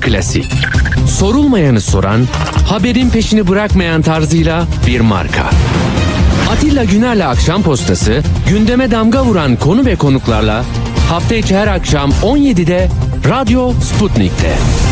klasik. Sorulmayanı soran, haberin peşini bırakmayan tarzıyla bir marka. Atilla Güner'le Akşam Postası, gündeme damga vuran konu ve konuklarla hafta içi her akşam 17'de Radyo Sputnik'te.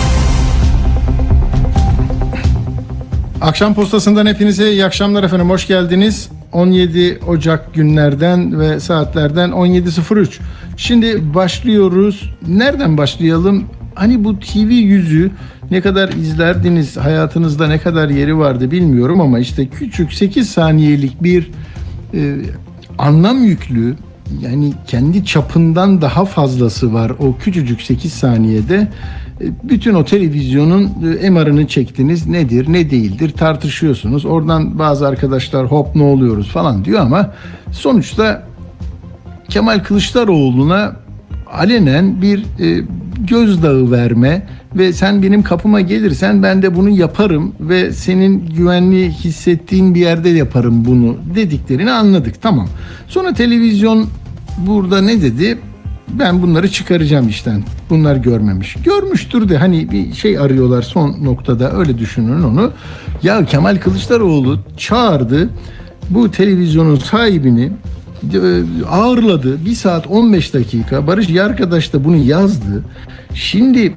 Akşam Postası'ndan hepinize iyi akşamlar efendim. Hoş geldiniz. 17 Ocak günlerden ve saatlerden 17.03. Şimdi başlıyoruz. Nereden başlayalım? Hani bu TV yüzü ne kadar izlerdiniz, hayatınızda ne kadar yeri vardı bilmiyorum ama işte küçük 8 saniyelik bir anlam yüklü, yani kendi çapından daha fazlası var o küçücük 8 saniyede. Bütün o televizyonun MR'ını çektiniz, nedir ne değildir tartışıyorsunuz. Oradan bazı arkadaşlar hop ne oluyoruz falan diyor ama sonuçta Kemal Kılıçdaroğlu'na alenen bir gözdağı verme ve sen benim kapıma gelirsen ben de bunu yaparım ve senin güvenli hissettiğin bir yerde yaparım bunu dediklerini anladık. Tamam. Sonra televizyon burada ne dedi? Ben bunları çıkaracağım işten. Bunlar görmemiş. Görmüştür de hani bir şey arıyorlar son noktada, öyle düşünün onu. Ya Kemal Kılıçdaroğlu çağırdı bu televizyonun sahibini, ağırladı. 1 saat 15 dakika. Barış Yarkadaş da bunu yazdı. Şimdi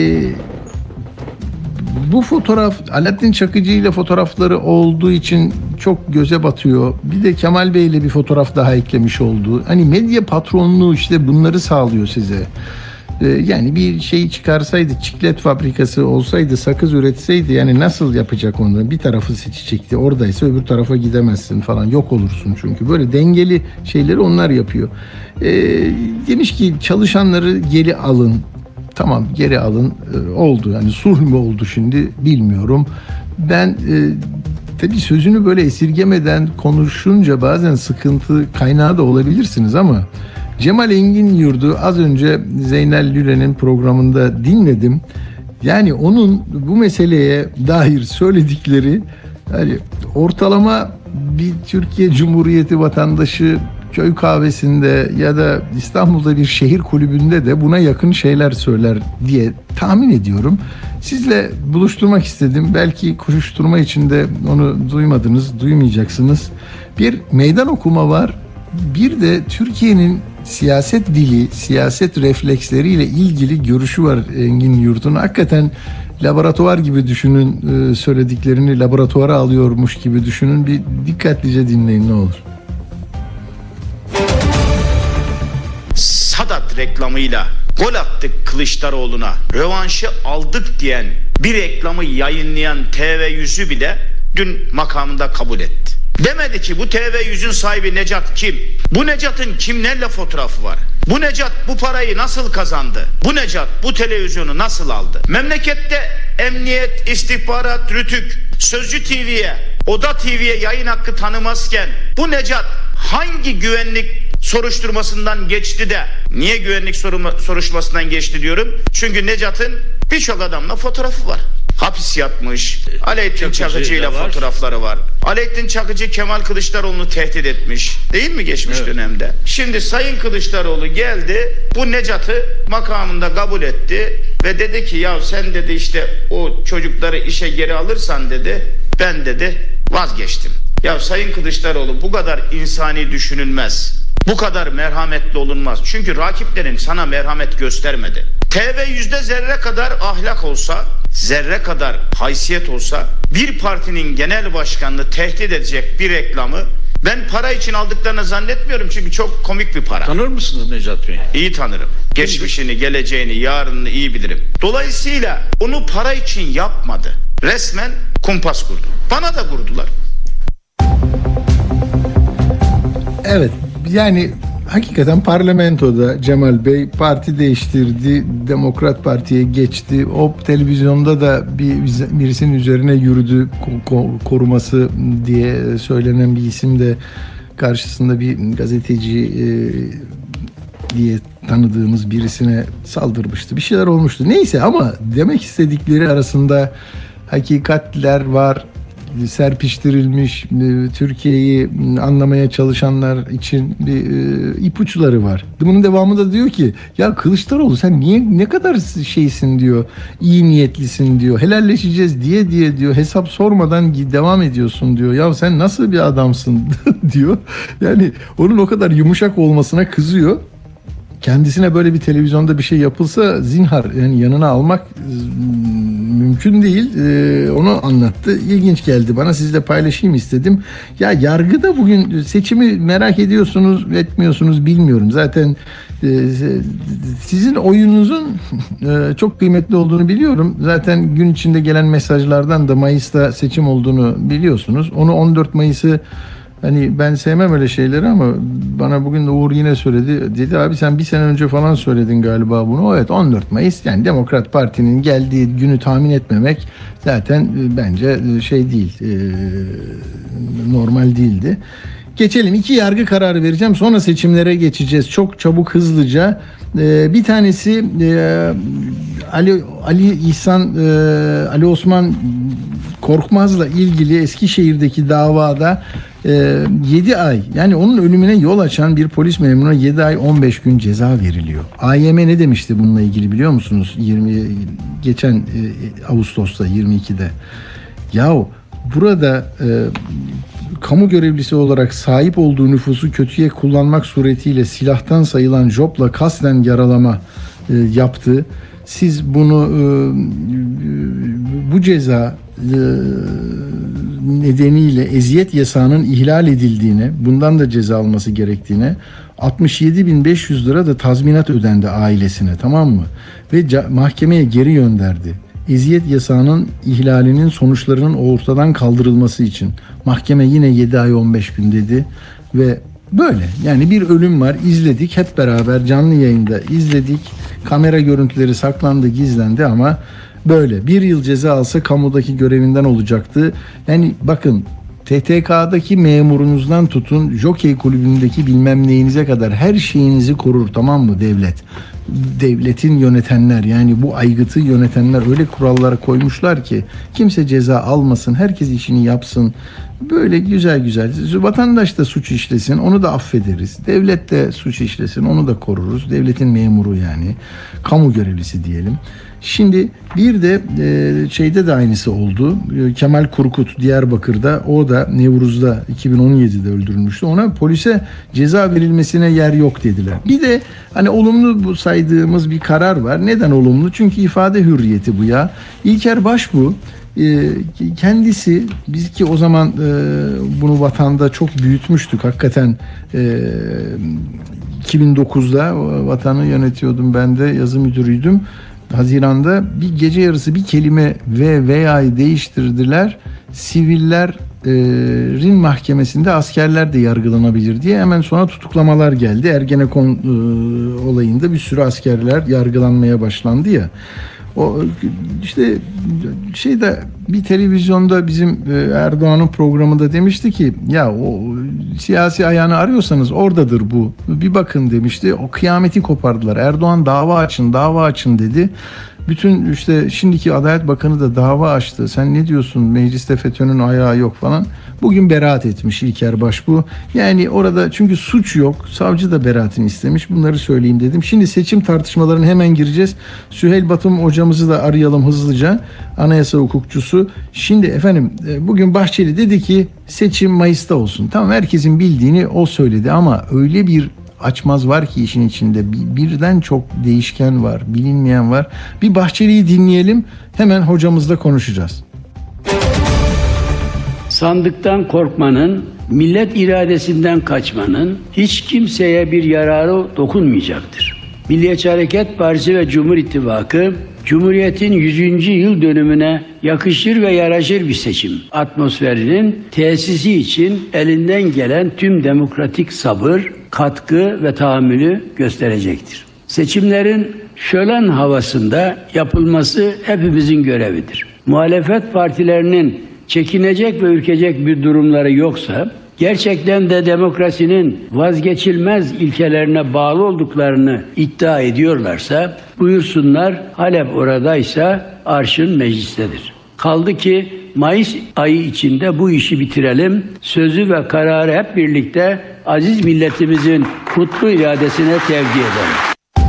bu fotoğraf Alaaddin Çakıcı ile fotoğrafları olduğu için çok göze batıyor. Bir de Kemal Bey ile bir fotoğraf daha eklemiş oldu. Hani medya patronluğu işte bunları sağlıyor size. Yani bir şey çıkarsaydı, çiklet fabrikası olsaydı, sakız üretseydi, yani nasıl yapacak onu? Bir tarafı seçecekti. Oradaysa öbür tarafa gidemezsin falan. Yok olursun çünkü. Böyle dengeli şeyleri onlar yapıyor. Demiş ki çalışanları geri alın. Tamam, geri alın. Oldu. Yani sulh mü oldu şimdi bilmiyorum. Ben tabii sözünü böyle esirgemeden konuşunca bazen sıkıntı kaynağı da olabilirsiniz ama Cemal Engin Yurdu az önce Zeynel Lüle'nin programında dinledim. Yani onun bu meseleye dair söyledikleri, hani ortalama bir Türkiye Cumhuriyeti vatandaşı köy kahvesinde ya da İstanbul'da bir şehir kulübünde de buna yakın şeyler söyler diye tahmin ediyorum. Sizle buluşturmak istedim. Belki koşuşturma içinde onu duymadınız, duymayacaksınız. Bir meydan okuma var. Bir de Türkiye'nin siyaset dili, siyaset refleksleriyle ilgili görüşü var Engin Yurt'un. Hakikaten laboratuvar gibi düşünün, söylediklerini laboratuvara alıyormuş gibi düşünün. Bir dikkatlice dinleyin ne olur. Sadat reklamıyla gol attık Kılıçdaroğlu'na, rövanşı aldık diyen bir reklamı yayınlayan TV100'ü bile dün makamında kabul etti. Demedi ki bu TV100'ün sahibi Necat kim? Bu Necat'ın kimlerle fotoğrafı var? Bu Necat bu parayı nasıl kazandı? Bu Necat bu televizyonu nasıl aldı? Memlekette emniyet, istihbarat, rütük, Sözcü TV'ye, Oda TV'ye yayın hakkı tanımazken bu Necat hangi güvenlik soruşturmasından geçti de, niye güvenlik soruşturmasından geçti diyorum? Çünkü Necat'ın birçok adamla fotoğrafı var. Hapis yatmış, Alaaddin Çakıcı ile fotoğrafları var. Alaaddin Çakıcı Kemal Kılıçdaroğlu'nu tehdit etmiş. Değil mi geçmiş dönemde? Şimdi Sayın Kılıçdaroğlu geldi, bu Necat'ı makamında kabul etti ve dedi ki ya sen dedi işte o çocukları işe geri alırsan dedi, ben dedi vazgeçtim. Ya Sayın Kılıçdaroğlu bu kadar insani düşünülmez. Bu kadar merhametli olunmaz. Çünkü rakiplerin sana merhamet göstermedi. TV100'de zerre kadar ahlak olsa, zerre kadar haysiyet olsa, bir partinin genel başkanını tehdit edecek bir reklamı ben para için aldıklarını zannetmiyorum. Çünkü çok komik bir para. Tanır mısınız Necat Bey? İyi tanırım. Geçmişini, geleceğini, yarınını iyi bilirim. Dolayısıyla onu para için yapmadı. Resmen kumpas kurdu. Bana da kurdular. Evet, yani hakikaten parlamentoda Cemal Bey parti değiştirdi, Demokrat Parti'ye geçti. O televizyonda da birisinin üzerine yürüdü, koruması diye söylenen bir isim de karşısında bir gazeteci diye tanıdığımız birisine saldırmıştı. Bir şeyler olmuştu. Neyse, ama demek istedikleri arasında hakikatler var. serpiştirilmiş, Türkiye'yi anlamaya çalışanlar için bir ipuçları var. Bunun devamında diyor ki ya Kılıçdaroğlu sen niye ne kadar şeysin diyor, iyi niyetlisin diyor, helalleşeceğiz diye diyor, hesap sormadan devam ediyorsun diyor. Ya sen nasıl bir adamsın diyor. Yani onun o kadar yumuşak olmasına kızıyor. Kendisine böyle bir televizyonda bir şey yapılsa zinhar yani yanına almak mümkün değil. Onu anlattı. İlginç geldi bana. Sizle paylaşayım istedim. Ya yargıda bugün seçimi merak ediyorsunuz, etmiyorsunuz bilmiyorum. Zaten sizin oyununuzun çok kıymetli olduğunu biliyorum. Zaten gün içinde gelen mesajlardan da Mayıs'ta seçim olduğunu biliyorsunuz. Onu 14 Mayıs'ı hani ben sevmem öyle şeyleri ama bana bugün de Uğur yine söyledi. Dedi abi sen bir sene önce falan söyledin galiba bunu. Evet 14 Mayıs yani Demokrat Parti'nin geldiği günü tahmin etmemek zaten bence şey değil, normal değildi. Geçelim. 2 yargı kararı vereceğim. Sonra seçimlere geçeceğiz. Çok çabuk hızlıca. Bir tanesi Ali Osman Korkmaz'la ilgili Eskişehir'deki davada 7 ay yani onun ölümüne yol açan bir polis memuruna 7 ay 15 gün ceza veriliyor. AYM ne demişti bununla ilgili biliyor musunuz? Geçen Ağustos'ta 22'de. Yahu burada kamu görevlisi olarak sahip olduğu nüfusu kötüye kullanmak suretiyle silahtan sayılan jopla kasten yaralama yaptı. Siz bunu bu ceza nedeniyle eziyet yasağının ihlal edildiğine, bundan da ceza alması gerektiğine, 67.500 lira da tazminat ödendi ailesine, tamam mı? Ve mahkemeye geri gönderdi. Eziyet yasağının ihlalinin sonuçlarının ortadan kaldırılması için. Mahkeme yine 7 ay 15 gün dedi ve böyle yani bir ölüm var, izledik hep beraber canlı yayında izledik. Kamera görüntüleri saklandı, gizlendi ama böyle 1 yıl ceza alsa kamudaki görevinden olacaktı. Yani bakın TTK'daki memurunuzdan tutun Jockey kulübündeki bilmem neyinize kadar her şeyinizi korur, tamam mı devlet? Devletin yönetenler yani bu aygıtı yönetenler öyle kurallara koymuşlar ki kimse ceza almasın, herkes işini yapsın. Böyle güzel güzel. Vatandaş da suç işlesin, onu da affederiz. Devlet de suç işlesin, onu da koruruz. Devletin memuru yani. Kamu görevlisi diyelim. Şimdi bir de şeyde de aynısı oldu. Kemal Kurkut Diyarbakır'da, o da Nevruz'da 2017'de öldürülmüştü. Ona polise ceza verilmesine yer yok dediler. Bir de hani olumlu bu saydığımız bir karar var. Neden olumlu? Çünkü ifade hürriyeti bu ya. İlker Başbuğ kendisi, biz ki o zaman bunu vatanda çok büyütmüştük hakikaten. 2009'da Vatan'ı yönetiyordum, ben de yazı müdürüydüm. Haziran'da bir gece yarısı bir kelime veya'yı değiştirdiler. Sivillerin mahkemesinde askerler de yargılanabilir diye hemen sonra tutuklamalar geldi. Ergenekon olayında bir sürü askerler yargılanmaya başlandı ya. O işte şeyde bir televizyonda bizim Erdoğan'ın programında demişti ki ya o siyasi ayağını arıyorsanız oradadır bu. Bir bakın demişti. O kıyameti kopardılar. Erdoğan dava açın dedi. Bütün işte şimdiki Adalet Bakanı da dava açtı. Sen ne diyorsun? Mecliste FETÖ'nün ayağı yok falan. Bugün beraat etmiş İlker Başbuğ. Yani orada çünkü suç yok. Savcı da beraatini istemiş. Bunları söyleyeyim dedim. Şimdi seçim tartışmalarına hemen gireceğiz. Süheyl Batum hocamızı da arayalım hızlıca. Anayasa hukukçusu. Şimdi efendim bugün Bahçeli dedi ki seçim Mayıs'ta olsun. Tamam, herkesin bildiğini o söyledi ama öyle bir açmaz var ki işin içinde birden çok değişken var, bilinmeyen var. Bir Bahçeli'yi dinleyelim, hemen hocamızla konuşacağız. Sandıktan korkmanın, millet iradesinden kaçmanın hiç kimseye bir yararı dokunmayacaktır. Milliyetçi Hareket Partisi ve Cumhur İttifakı, Cumhuriyet'in 100. yıl dönümüne yakışır ve yaraşır bir seçim atmosferinin tesisi için elinden gelen tüm demokratik sabır, katkı ve tahammülü gösterecektir. Seçimlerin şölen havasında yapılması hepimizin görevidir. Muhalefet partilerinin çekinecek ve ürkecek bir durumları yoksa, gerçekten de demokrasinin vazgeçilmez ilkelerine bağlı olduklarını iddia ediyorlarsa, buyursunlar, Halep oradaysa arşın meclistedir. Kaldı ki Mayıs ayı içinde bu işi bitirelim. Sözü ve kararı hep birlikte aziz milletimizin kutlu iradesine tevdi edelim.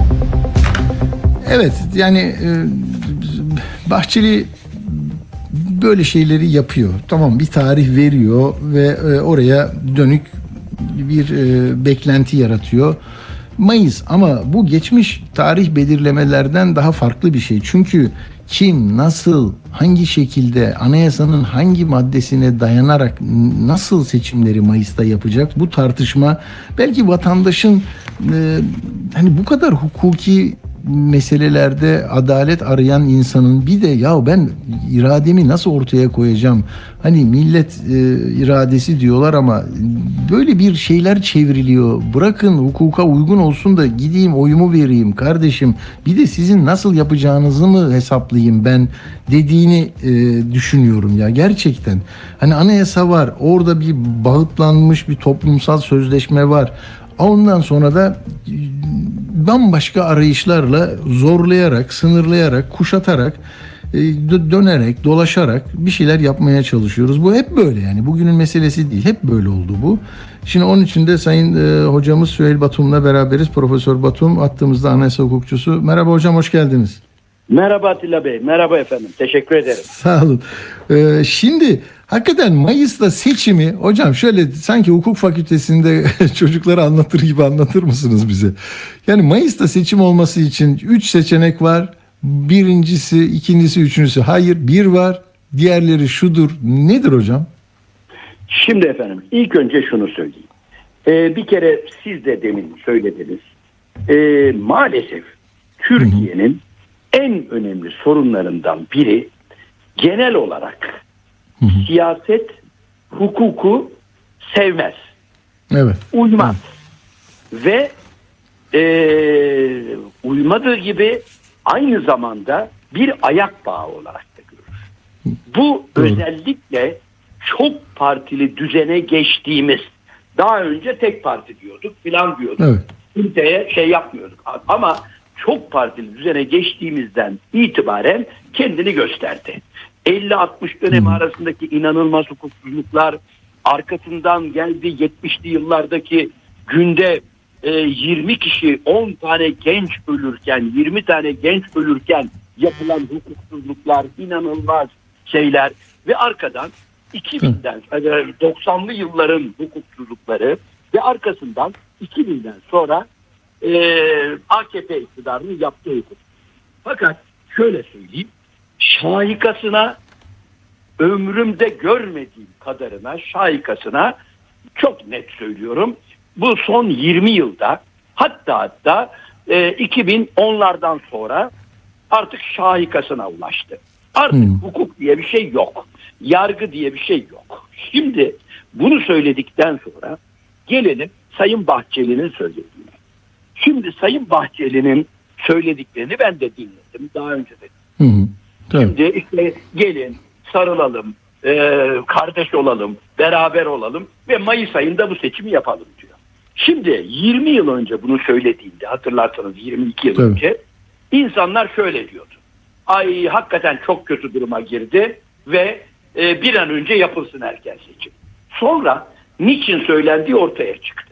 Evet, yani Bahçeli böyle şeyleri yapıyor. Tamam, bir tarih veriyor ve oraya dönük bir beklenti yaratıyor. Mayıs, ama bu geçmiş tarih belirlemelerden daha farklı bir şey. Çünkü kim, nasıl, hangi şekilde, anayasanın hangi maddesine dayanarak nasıl seçimleri Mayıs'ta yapacak? Bu tartışma belki vatandaşın hani bu kadar hukuki meselelerde adalet arayan insanın bir de ya ben irademi nasıl ortaya koyacağım? Hani millet iradesi diyorlar ama böyle bir şeyler çevriliyor. Bırakın hukuka uygun olsun da gideyim oyumu vereyim kardeşim. Bir de sizin nasıl yapacağınızı mı hesaplayayım ben dediğini düşünüyorum ya gerçekten. Hani anayasa var. Orada bir bağıtlanmış bir toplumsal sözleşme var. Ondan sonra da bambaşka arayışlarla zorlayarak, sınırlayarak, kuşatarak, dönerek, dolaşarak bir şeyler yapmaya çalışıyoruz. Bu hep böyle yani. Bugünün meselesi değil. Hep böyle oldu bu. Şimdi onun için de Sayın hocamız Süheyl Batum'la beraberiz. Profesör Batum hattımızda, anayasa hukukçusu. Merhaba hocam, hoş geldiniz. Merhaba Atilla Bey. Merhaba efendim. Teşekkür ederim. Sağ olun. Şimdi hakikaten Mayıs'ta seçimi hocam şöyle sanki hukuk fakültesinde çocuklara anlatır gibi anlatır mısınız bize? Yani Mayıs'ta seçim olması için 3 seçenek var. Birincisi, ikincisi, üçüncüsü. Hayır, bir var. Diğerleri şudur. Nedir hocam? Şimdi efendim ilk önce şunu söyleyeyim. Bir kere siz de demin söylediniz. Maalesef Türkiye'nin en önemli sorunlarından biri genel olarak siyaset hukuku sevmez. Evet. Uymaz. Ve uymadığı gibi aynı zamanda bir ayak bağı olarak da görür. Bu Doğru. özellikle çok partili düzene geçtiğimiz, daha önce tek parti diyorduk filan diyorduk. Evet. Kimseye şey yapmıyorduk. Ama çok partili düzene geçtiğimizden itibaren kendini gösterdi. 50-60 dönemi arasındaki inanılmaz hukuksuzluklar, arkasından geldi 70'li yıllardaki günde 20 kişi 10 tane genç ölürken, 20 tane genç ölürken yapılan hukuksuzluklar, inanılmaz şeyler ve arkadan 2000'den 90'lı yılların hukuksuzlukları ve arkasından 2000'den sonra AKP iktidarının yaptığı hukuk. Fakat şöyle söyleyeyim, şahikasına, ömrümde görmediğim kadarına, şahikasına çok net söylüyorum. Bu son 20 yılda hatta 2010'lardan sonra artık şahikasına ulaştı. Artık hukuk diye bir şey yok. Yargı diye bir şey yok. Şimdi bunu söyledikten sonra gelelim Sayın Bahçeli'nin söylediğine. Şimdi Sayın Bahçeli'nin söylediklerini ben de dinledim. Daha önce de. Şimdi işte gelin, sarılalım, kardeş olalım, beraber olalım ve Mayıs ayında bu seçimi yapalım diyor. Şimdi 20 yıl önce bunu söylediğinde, hatırlarsanız 22 yıl önce insanlar şöyle diyordu. Ay hakikaten çok kötü duruma girdi ve bir an önce yapılsın erken seçim. Sonra niçin söylendiği ortaya çıktı.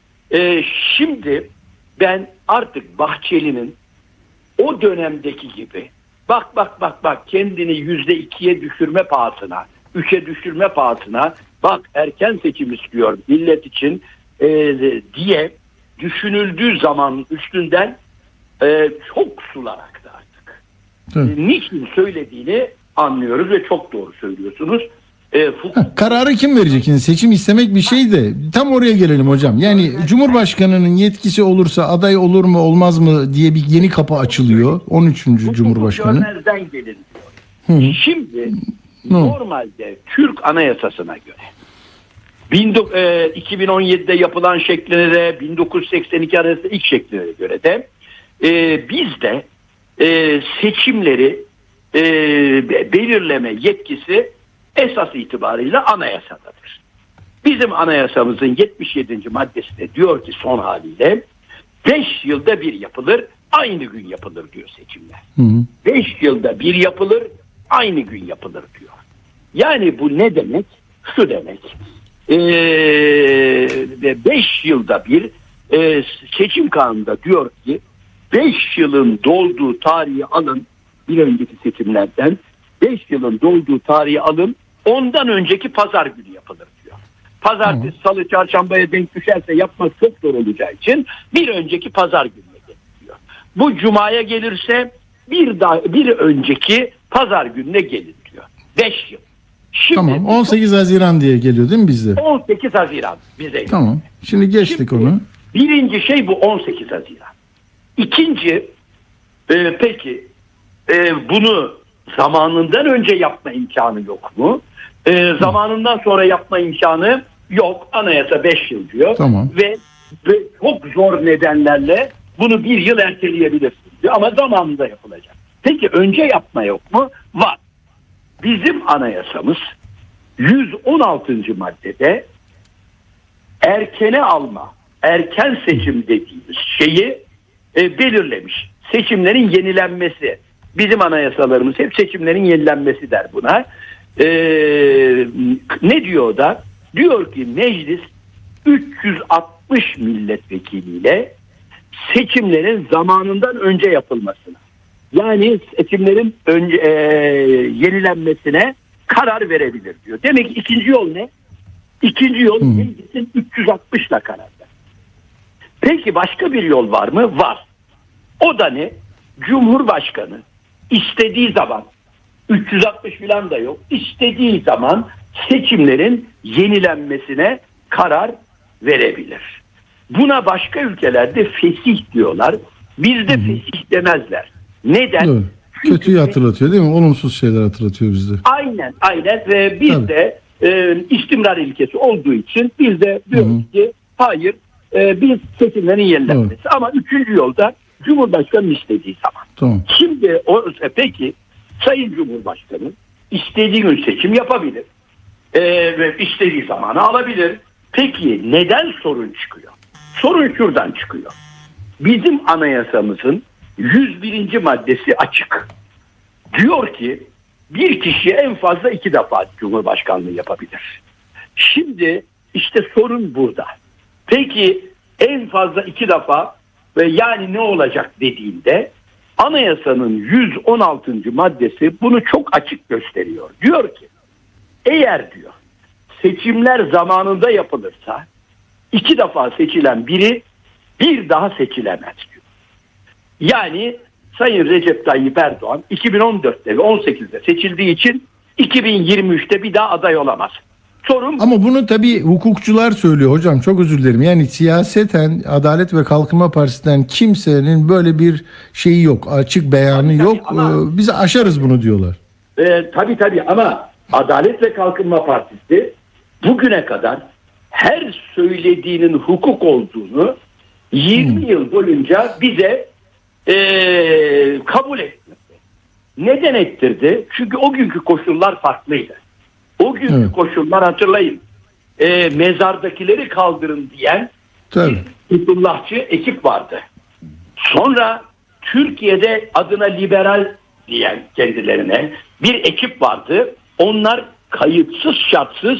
Şimdi ben artık Bahçeli'nin o dönemdeki gibi bak kendini %2'ye düşürme pahasına, 3'e düşürme pahasına bak erken seçim istiyor millet için diye düşünüldüğü zaman üstünden çok sularak da artık. Niçin söylediğini anlıyoruz ve çok doğru söylüyorsunuz. Kararı kim verecek? Yani seçim istemek bir şey de tam oraya gelelim hocam. Yani Cumhurbaşkanı'nın yetkisi olursa aday olur mu olmaz mı diye bir yeni kapı açılıyor. 13. Cumhurbaşkanı. Görmezden gelin diyor. Şimdi normalde Türk Anayasası'na göre 2017'de yapılan şekline de 1982 arasında ilk şekline göre de bizde seçimleri belirleme yetkisi esas itibarıyla anayasadadır. Bizim anayasamızın 77. maddesinde diyor ki son haliyle 5 yılda bir yapılır, aynı gün yapılır diyor seçimler. 5 yılda bir yapılır, aynı gün yapılır diyor. Yani bu ne demek? Şu demek. 5 yılda bir seçim kanununda diyor ki 5 yılın dolduğu tarihi alın, bir önceki seçimlerden 5 yılın dolduğu tarihi alın, ondan önceki pazar günü yapılır diyor. Pazartesi, salı, çarşambaya denk düşerse yapmak çok zor olacağı için bir önceki pazar gününe getiriyor. Bu cumaya gelirse bir önceki pazar gününe gelin diyor. 5 yıl. Şimdi, tamam, 18 Haziran diye geliyor değil mi bizde? 18 Haziran bize. Tamam. Şimdi geçtik onu. Birinci şey bu 18 Haziran. İkinci, peki bunu zamanından önce yapma imkanı yok mu? Zamanından sonra yapma imkanı yok. Anayasa 5 yıl diyor. Tamam. Ve çok zor nedenlerle bunu bir yıl erteleyebilirsin diyor. Ama zamanında yapılacak. Peki önce yapma yok mu? Var. Bizim anayasamız 116. maddede erkene alma, erken seçim dediğimiz şeyi belirlemiş. Seçimlerin yenilenmesi. Bizim anayasalarımız hep seçimlerin yenilenmesi der buna. Ne diyor da? Diyor ki meclis 360 milletvekiliyle seçimlerin zamanından önce yapılmasına, yani seçimlerin yenilenmesine karar verebilir diyor. Demek ki ikinci yol ne? İkinci yol meclisin 360 ile karar ver. Peki başka bir yol var mı? Var. O da ne? Cumhurbaşkanı istediği zaman, 360 falan da yok, İstediği zaman seçimlerin yenilenmesine karar verebilir. Buna başka ülkelerde fesih diyorlar. Bizde fesih demezler. Neden? Doğru. Kötüyü hatırlatıyor değil mi? Olumsuz şeyler hatırlatıyor bizde. Aynen. Ve bizde istimrar ilkesi olduğu için biz de diyoruz ki hayır, biz seçimlerin yenilenmesi. Ama üçüncü yolda Cumhurbaşkanı istediği zaman. Tamam. Şimdi peki Sayın Cumhurbaşkanı istediği gün seçim yapabilir. Ve istediği zamanı alabilir. Peki neden sorun çıkıyor? Sorun şuradan çıkıyor. Bizim anayasamızın 101. maddesi açık. Diyor ki bir kişi en fazla 2 defa Cumhurbaşkanlığı yapabilir. Şimdi işte sorun burada. Peki en fazla 2 defa ve yani ne olacak dediğinde anayasanın 116. maddesi bunu çok açık gösteriyor. Diyor ki eğer diyor seçimler zamanında yapılırsa 2 defa seçilen biri bir daha seçilemez diyor. Yani Sayın Recep Tayyip Erdoğan 2014'te ve 18'de seçildiği için 2023'te bir daha aday olamaz. Sorun. Ama bunu tabii hukukçular söylüyor hocam, çok özür dilerim. Yani siyaseten Adalet ve Kalkınma Partisi'nden kimsenin böyle bir şeyi yok. Açık beyanı tabii, yok. ama Biz aşarız bunu diyorlar. Tabii ama Adalet ve Kalkınma Partisi bugüne kadar her söylediğinin hukuk olduğunu 20 yıl boyunca bize kabul ettirdi. Neden ettirdi? Çünkü o günkü koşullar farklıydı. O günkü koşullar hatırlayın. Mezardakileri kaldırın diyen Fethullahçı ekip vardı. Sonra Türkiye'de adına liberal diyen kendilerine bir ekip vardı. Onlar kayıtsız şartsız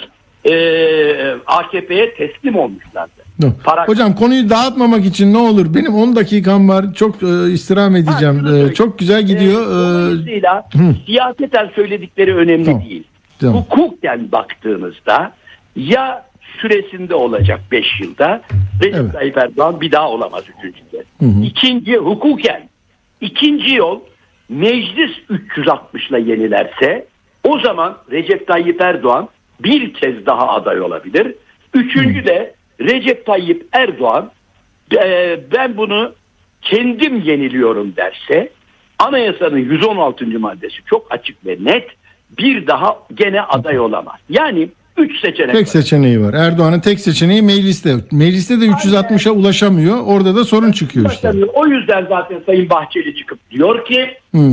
AKP'ye teslim olmuşlardı. Hocam konuyu dağıtmamak için ne olur, benim 10 dakikam var, çok istirham edeceğim. Çok güzel gidiyor. Dolayısıyla siyaseten söyledikleri önemli değil. Tamam. Hukuken baktığınızda ya süresinde olacak 5 yılda Recep Tayyip Erdoğan bir daha olamaz 3. kez. İkinci hukuken. İkinci yol meclis 360 ile yenilerse o zaman Recep Tayyip Erdoğan bir kez daha aday olabilir. Üçüncü de Recep Tayyip Erdoğan ben bunu kendim yeniliyorum derse anayasanın 116. maddesi çok açık ve net, bir daha gene aday olamaz. Yani 3 seçenek tek seçeneği var. Erdoğan'ın tek seçeneği mecliste. Mecliste de 360'a ulaşamıyor. Orada da sorun çıkıyor işte. O yüzden zaten Sayın Bahçeli çıkıp diyor ki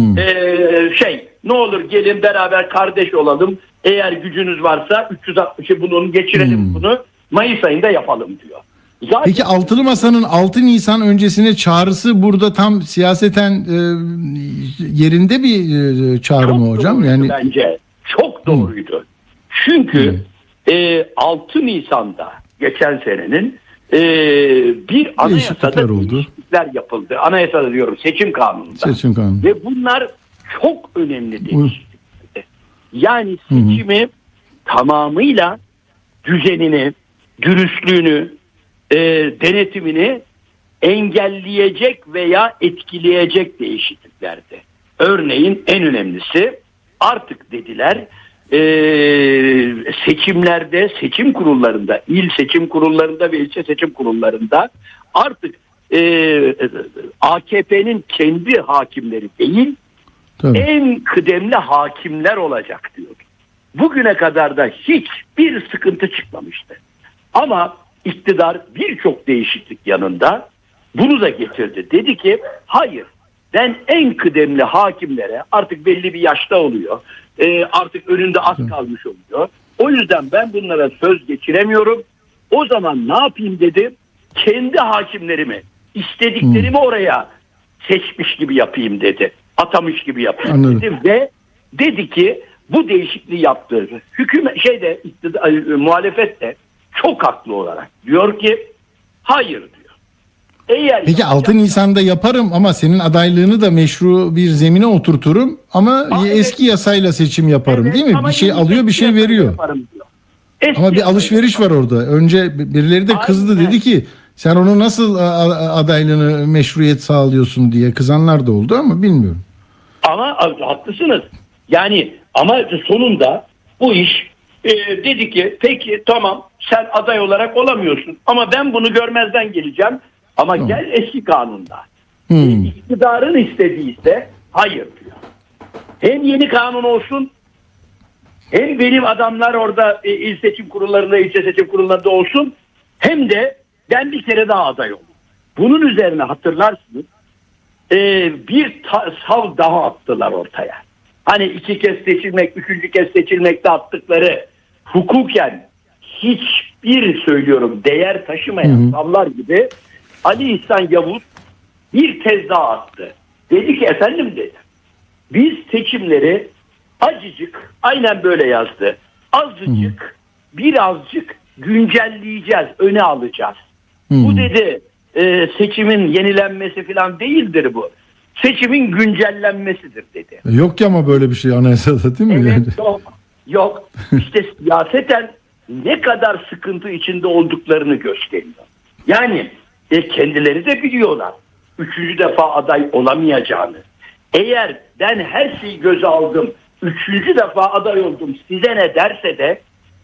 ne olur gelin beraber kardeş olalım. Eğer gücünüz varsa 360'ı bunun geçirelim bunu. Mayıs ayında yapalım diyor. Zaten Peki Altılı Masa'nın 6 Nisan öncesine çağrısı burada tam siyaseten yerinde bir çağrı mı hocam? doğruydu Yani bence. Çok doğruydu. Çünkü 6 Nisan'da geçen senenin bir anayasada değişiklikler yapıldı. Anayasada diyorum, seçim kanununda. Seçim kanunu. Ve bunlar çok önemli değişikliklerdi. Yani seçimi tamamıyla düzenini, dürüstlüğünü, denetimini engelleyecek veya etkileyecek değişikliklerdi. Örneğin en önemlisi, artık dediler seçimlerde, seçim kurullarında, il seçim kurullarında ve ilçe seçim kurullarında artık AKP'nin kendi hakimleri değil, tabii. en kıdemli hakimler olacak diyor. Bugüne kadar da hiçbir sıkıntı çıkmamıştı. Ama iktidar birçok değişiklik yanında bunu da getirdi. Dedi ki hayır, ben en kıdemli hakimlere, artık belli bir yaşta oluyor, artık önünde az kalmış oluyor. O yüzden ben bunlara söz geçiremiyorum. O zaman ne yapayım dedi. Kendi hakimlerimi, istediklerimi oraya seçmiş gibi yapayım dedi. Atamış gibi yapayım Anladım. dedi ve dedi ki bu değişikliği yaptı. Hükümet muhalefet de çok haklı olarak diyor ki hayır diyor. Eğer Peki 6 Nisan'da yaparım ama senin adaylığını da meşru bir zemine oturturum ama eski yasayla seçim yaparım, Evet, değil mi? Bir şey alıyor, bir şey veriyor. Ama bir alışveriş var orada. Önce birileri de kızdı, Aynen. dedi ki sen onu nasıl adaylığını meşruiyet sağlıyorsun diye kızanlar da oldu ama bilmiyorum. Ama haklısınız. Yani ama sonunda bu iş dedi ki peki tamam, sen aday olarak olamıyorsun ama ben bunu görmezden geleceğim. Ama gel eski kanunda. İktidarın istediyse hayır diyor. Hem yeni kanun olsun, hem benim adamlar orada il seçim kurullarında, ilçe seçim kurullarında olsun, hem de ben bir kere daha aday olayım. Bunun üzerine hatırlarsınız bir sav daha attılar ortaya. Hani 2 kez seçilmek, 3. kez seçilmekte attıkları hukuken hiçbir, söylüyorum, değer taşımayan savlar gibi Ali İhsan Yavuz bir tez daha attı. Dedi ki efendim dedi, biz seçimleri azıcık, aynen böyle yazdı, azıcık, birazcık güncelleyeceğiz, öne alacağız. Bu dedi seçimin yenilenmesi falan değildir bu. Seçimin güncellenmesidir dedi. Yok ki ama böyle bir şey anayasada, değil mi? Evet, yok. İşte siyaseten ne kadar sıkıntı içinde olduklarını gösteriyor. Yani kendileri de biliyorlar 3. defa aday olamayacağını. Eğer ben her şeyi göze aldım, 3. defa aday oldum, size ne derse de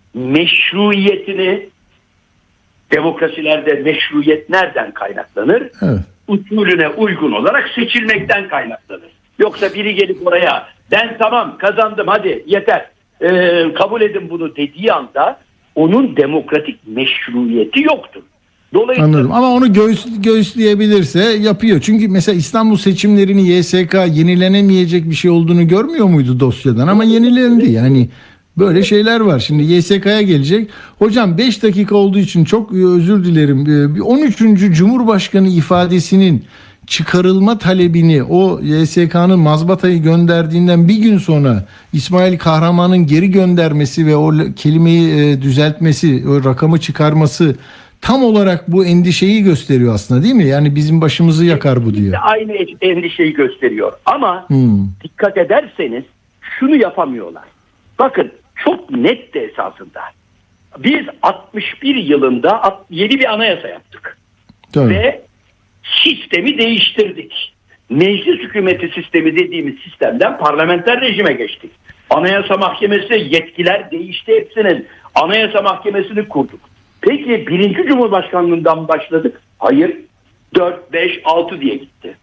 meşruiyetini, demokrasilerde meşruiyet nereden kaynaklanır? Evet. Usulüne uygun olarak seçilmekten kaynaklanır. Yoksa biri gelip oraya ben tamam kazandım hadi yeter kabul edin bunu dediği anda onun demokratik meşruiyeti yoktur. Dolayısıyla Anladım ama onu göğüsleyebilirse yapıyor. Çünkü mesela İstanbul seçimlerini YSK yenilenemeyecek bir şey olduğunu görmüyor muydu dosyadan, ama yenilendi yani. Böyle şeyler var. Şimdi YSK'ya gelecek. Hocam 5 dakika olduğu için çok özür dilerim. 13. Cumhurbaşkanı ifadesinin çıkarılma talebini, o YSK'nın mazbatayı gönderdiğinden bir gün sonra İsmail Kahraman'ın geri göndermesi ve o kelimeyi düzeltmesi, o rakamı çıkarması tam olarak bu endişeyi gösteriyor aslında, değil mi? Yani bizim başımızı yakar bu diye. Aynı endişeyi gösteriyor. Ama dikkat ederseniz şunu yapamıyorlar. Bakın çok net de esasında. Biz 61 yılında yeni bir anayasa yaptık. Tabii. Ve sistemi değiştirdik. Meclis hükümeti sistemi dediğimiz sistemden parlamenter rejime geçtik. Anayasa Mahkemesi yetkiler değişti hepsinin. Anayasa Mahkemesi'ni kurduk. Peki 1. Cumhurbaşkanlığından başladık. Hayır. 4, 5, 6 diye gitti.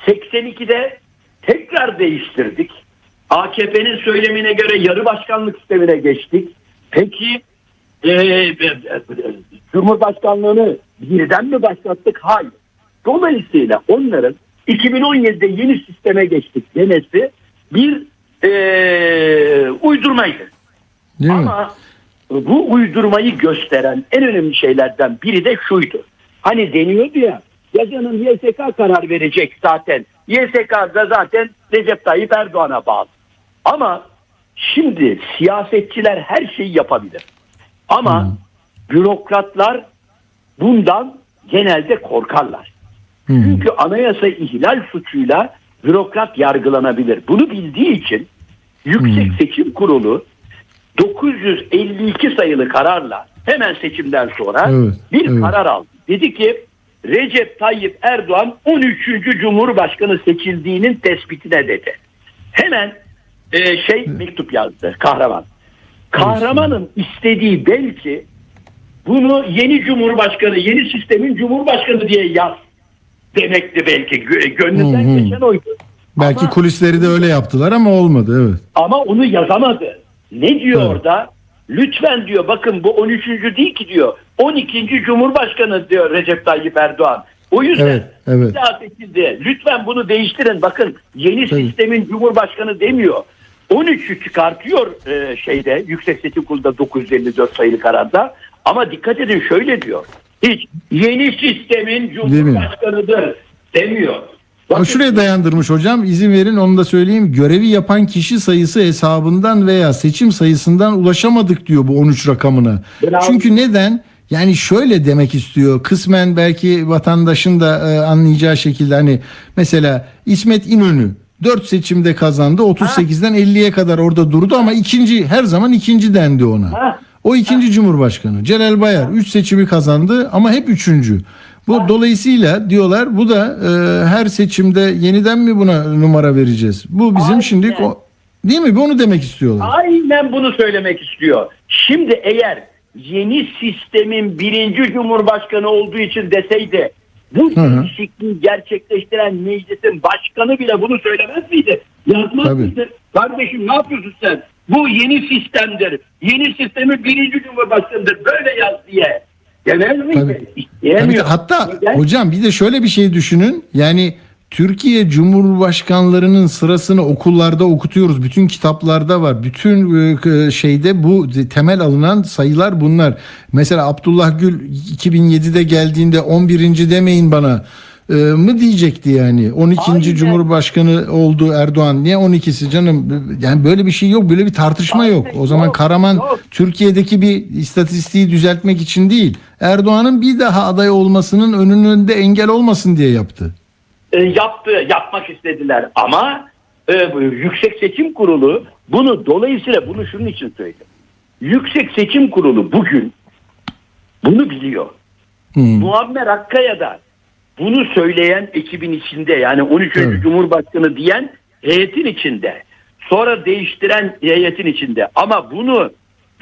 82'de tekrar değiştirdik. AKP'nin söylemine göre yarı başkanlık sistemine geçtik. Peki Cumhurbaşkanlığını birden mi başlattık? Hayır. Dolayısıyla onların 2017'de yeni sisteme geçtik demesi bir uydurmaydı. Değil Ama bu uydurmayı gösteren en önemli şeylerden biri de şuydu. Hani deniyordu ya, yazının YSK karar verecek zaten. YSK da zaten Recep Tayyip Erdoğan'a bağlı. Ama şimdi siyasetçiler her şeyi yapabilir. Ama bürokratlar bundan genelde korkarlar. Çünkü anayasa ihlal suçuyla bürokrat yargılanabilir. Bunu bildiği için Yüksek Seçim Kurulu 952 sayılı kararla hemen seçimden sonra karar aldı. Dedi ki Recep Tayyip Erdoğan 13. Cumhurbaşkanı seçildiğinin tespitine dedi. Hemen mektup yazdı Kahraman. Kahramanın istediği belki bunu yeni cumhurbaşkanı, yeni sistemin cumhurbaşkanı diye yaz demekti belki. Gönlünden geçen oydu. Belki kulisleri de öyle yaptılar ama olmadı, evet. Ama onu yazamadı. Ne diyor orada? Lütfen diyor, bakın bu 13. değil ki diyor. 12. Cumhurbaşkanı diyor Recep Tayyip Erdoğan. O yüzden siyasetçide lütfen bunu değiştirin. Bakın yeni sistemin Cumhurbaşkanı demiyor. 13'ü çıkartıyor Yüksek Seçim Kurulu'nda 954 sayılı kararda. Ama dikkat edin şöyle diyor. Hiç yeni sistemin Cumhurbaşkanıdır demiyor. Bakın, şuraya dayandırmış hocam, izin verin onu da söyleyeyim. Görevi yapan kişi sayısı hesabından veya seçim sayısından ulaşamadık diyor bu 13 rakamına. Bravo. Çünkü neden? Yani şöyle demek istiyor. Kısmen belki vatandaşın da anlayacağı şekilde, hani mesela İsmet İnönü 4 seçimde kazandı. 38'den 50'ye kadar orada durdu ama her zaman ikinci dendi ona. O ikinci Cumhurbaşkanı. Celal Bayar 3 seçimi kazandı ama hep üçüncü. Bu dolayısıyla diyorlar bu da her seçimde yeniden mi buna numara vereceğiz? Bu bizim şimdi değil mi? Onu demek istiyorlar. Aynen bunu söylemek istiyor. Şimdi eğer yeni sistemin 1. Cumhurbaşkanı olduğu için deseydi bu değişikliği gerçekleştiren meclisin başkanı bile bunu söylemez miydi? Yazmaz mıydı? Kardeşim ne yapıyorsun sen? Bu yeni sistemdir. Yeni sistemin 1. Cumhurbaşkanıdır. Böyle yaz diye. Demez miydi? Hatta hocam bir de şöyle bir şey düşünün. Yani Türkiye Cumhurbaşkanlarının sırasını okullarda okutuyoruz. Bütün kitaplarda var. Bütün bu temel alınan sayılar bunlar. Mesela Abdullah Gül 2007'de geldiğinde 11. demeyin bana mı diyecekti yani. 12. Cumhurbaşkanı oldu Erdoğan. Niye 12'si canım? Yani böyle bir şey yok. Böyle bir tartışma yok. O zaman Karaman Türkiye'deki bir istatistiği düzeltmek için değil. Erdoğan'ın bir daha aday olmasının önünde engel olmasın diye yaptı. Yapmak istediler ama Yüksek Seçim Kurulu dolayısıyla bunu şunun için söyledim. Yüksek Seçim Kurulu bugün bunu biliyor. Muammer Hakkaya da bunu söyleyen ekibin içinde, yani 13. Cumhurbaşkanı diyen heyetin içinde, sonra değiştiren heyetin içinde, ama bunu